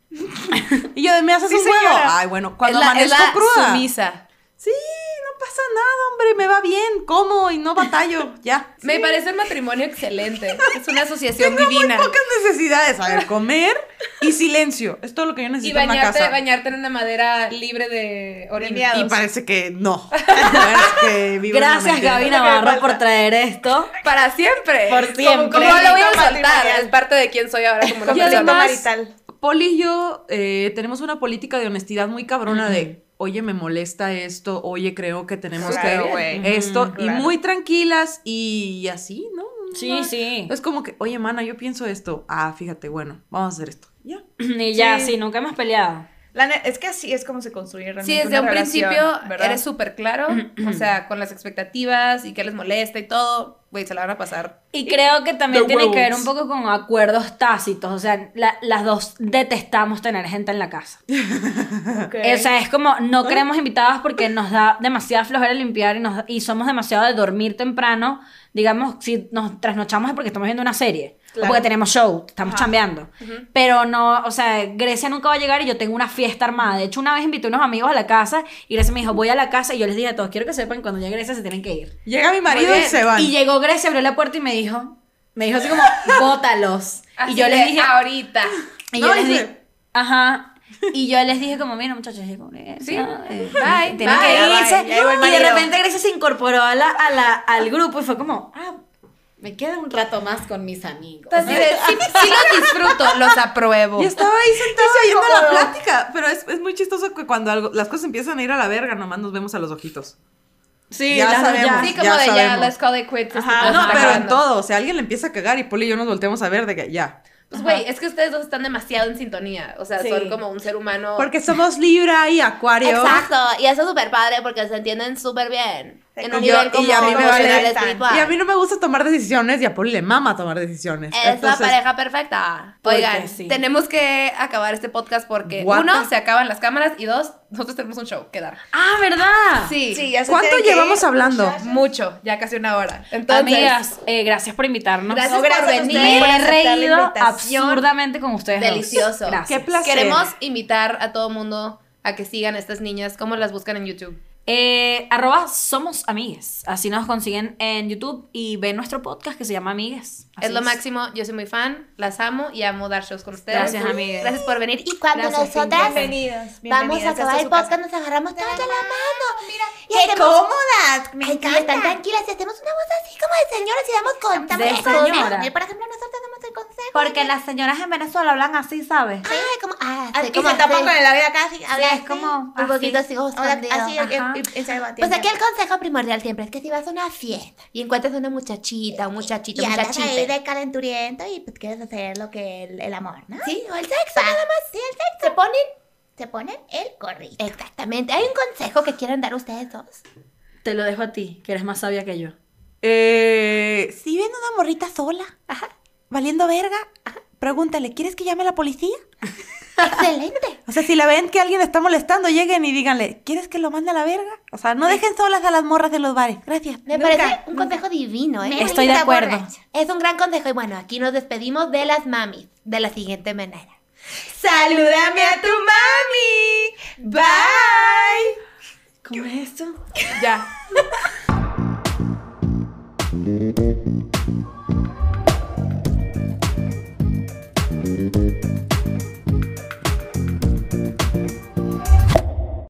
Y yo, ¿me haces Sí, un huevo? señora. Ay, bueno, cuando es amanezco la cruda. sumisa. Sí, no pasa nada, hombre, me va bien, como y no batallo, ya. Me parece un matrimonio excelente. Es una asociación Tengo divina. muy pocas necesidades, a ver, comer y silencio. Es todo lo que yo Y necesito en una casa. bañarte en una madera libre de orina. Lineados. Y parece que no. Parece que vivo en una Gracias, mentira. Gaby Navarro, por traer esto. Para siempre. Por siempre. Como no lo voy a Crédito soltar. matrimonial. Es parte de quién soy ahora como una Y persona. además, marital. Poli y yo tenemos una política de honestidad muy cabrona de, oye, me molesta esto, oye, creo que tenemos Claro, que güey. esto, y Claro. muy tranquilas y así, ¿no? Sí, sí. Es como que, oye, mana, yo pienso esto. Ah, fíjate, bueno, vamos a hacer esto. Ya. Y ya, Sí. sí, nunca hemos peleado. Es que así es como se construye realmente Sí, desde una un relación, principio ¿verdad? eres súper claro, o sea, con las expectativas y qué les molesta y todo, güey, se la van a pasar. Y creo que también The tiene que ver rules. un poco con acuerdos tácitos. O sea, las dos detestamos tener gente en la casa. Ok. O sea, es como no queremos invitadas porque nos da demasiada flojera limpiar y somos demasiado de dormir temprano. Digamos, si nos trasnochamos es porque estamos viendo una serie. O porque tenemos show, estamos chambeando. Pero no, o sea, Grecia nunca va a llegar y yo tengo una fiesta armada. De hecho, una vez invité a unos amigos a la casa y Grecia me dijo, voy a la casa, y yo les dije a todos, quiero que sepan, cuando llegue Grecia se tienen que ir. Llega mi marido Muy y bien. se van. Y llegó Grecia, abrió la puerta y me dijo así como, bótalos. Así y yo de, les dije, ahorita. y No, yo les dice- dije, ajá. Y yo les dije como, mira muchachos, llegó Grecia, Sí. bye, tienen bye, que ya irse. bye, ya llegó el Y de marido. repente Grecia se incorporó al grupo y fue como, me queda un rato más con mis amigos. Entonces, sí los disfruto, los apruebo. Y estaba ahí sentado oyendo la incómodo. plática. Pero es muy chistoso que cuando las cosas empiezan a ir a la verga, nomás nos vemos a los ojitos. Sí, Ya sabemos. Sí, como ya de ya, sabemos. let's call it quits. Ajá, esto No, está pero en acabando. todo. O sea, alguien le empieza a cagar y Poli y yo nos volteamos a ver de que ya. Pues, güey, es que ustedes dos están demasiado en sintonía. O sea, Sí. son como un ser humano. Porque somos Libra y Acuario. Exacto, y eso es súper padre porque se entienden súper bien. En un Y yo- nivel como y a mí me emocional, vale- espiritual. Y a mí no me gusta tomar decisiones y a Poli le mama tomar decisiones. Es Entonces, la pareja perfecta. Porque Oigan, sí. tenemos que acabar este podcast porque What uno, the- se acaban las cámaras y dos, nosotros tenemos un show que dar. Ah, ¿verdad? Sí, Sí, ya se ¿Cuánto tienen que llevamos ir, hablando? muchachos. mucho, ya casi una hora. Entonces, Amigas, gracias por invitarnos. Gracias No, gracias por a venir. ustedes Me por he aceptar la reído invitación. absurdamente con ustedes dos. Delicioso. Gracias. Qué placer. queremos invitar a todo mundo a que sigan a estas niñas. ¿Cómo las buscan en YouTube? @somos amigues. Así nos consiguen en YouTube y ven nuestro podcast que se llama Amigues. Así Es lo máximo, yo soy muy fan, las amo y amo dar shows con ustedes. Gracias, amigas. Gracias por venir. Y cuando Gracias, nosotras Bienvenidas, vamos a bienvenidas, acabar esta es el su casa. podcast, nos agarramos todas de la mano. Mira, y ¡Qué hacemos- cómodas! Me Ay, sí, están encanta. tranquilas y hacemos una voz así como de señoras y damos De consejos. señora. Por ejemplo, nosotros damos el consejo. Porque las señoras en Venezuela hablan así, ¿sabes? Ay, como, Y como se tapan con el labio acá, así. Habla es como un poquito así como escondido. Así, Ajá. y se va, Pues aquí el consejo primordial siempre es que si vas a una fiesta y encuentras una muchachita, un muchachito, Y un andas muchachito. ahí de calenturiento y pues quieres hacer lo que el amor, ¿no? Sí, o el sexo nada más. Sí, el sexo. Se ponen se ponen el gorrito. Exactamente. ¿Hay un consejo que quieran dar ustedes dos? Te lo dejo a ti, que eres más sabia que yo. Si ven una morrita sola, valiendo verga, pregúntale, ¿quieres que llame a la policía? Excelente. O sea, si la ven que alguien está molestando, lleguen y díganle, ¿quieres que lo mande a la verga? O sea, no dejen solas a las morras de los bares. Gracias. Me parece un consejo divino, ¿eh? Estoy de acuerdo. Es un gran consejo. Y bueno, aquí nos despedimos de las mamis de la siguiente manera. ¡Salúdame a tu mami! ¡Bye! ¿Cómo es esto? Ya.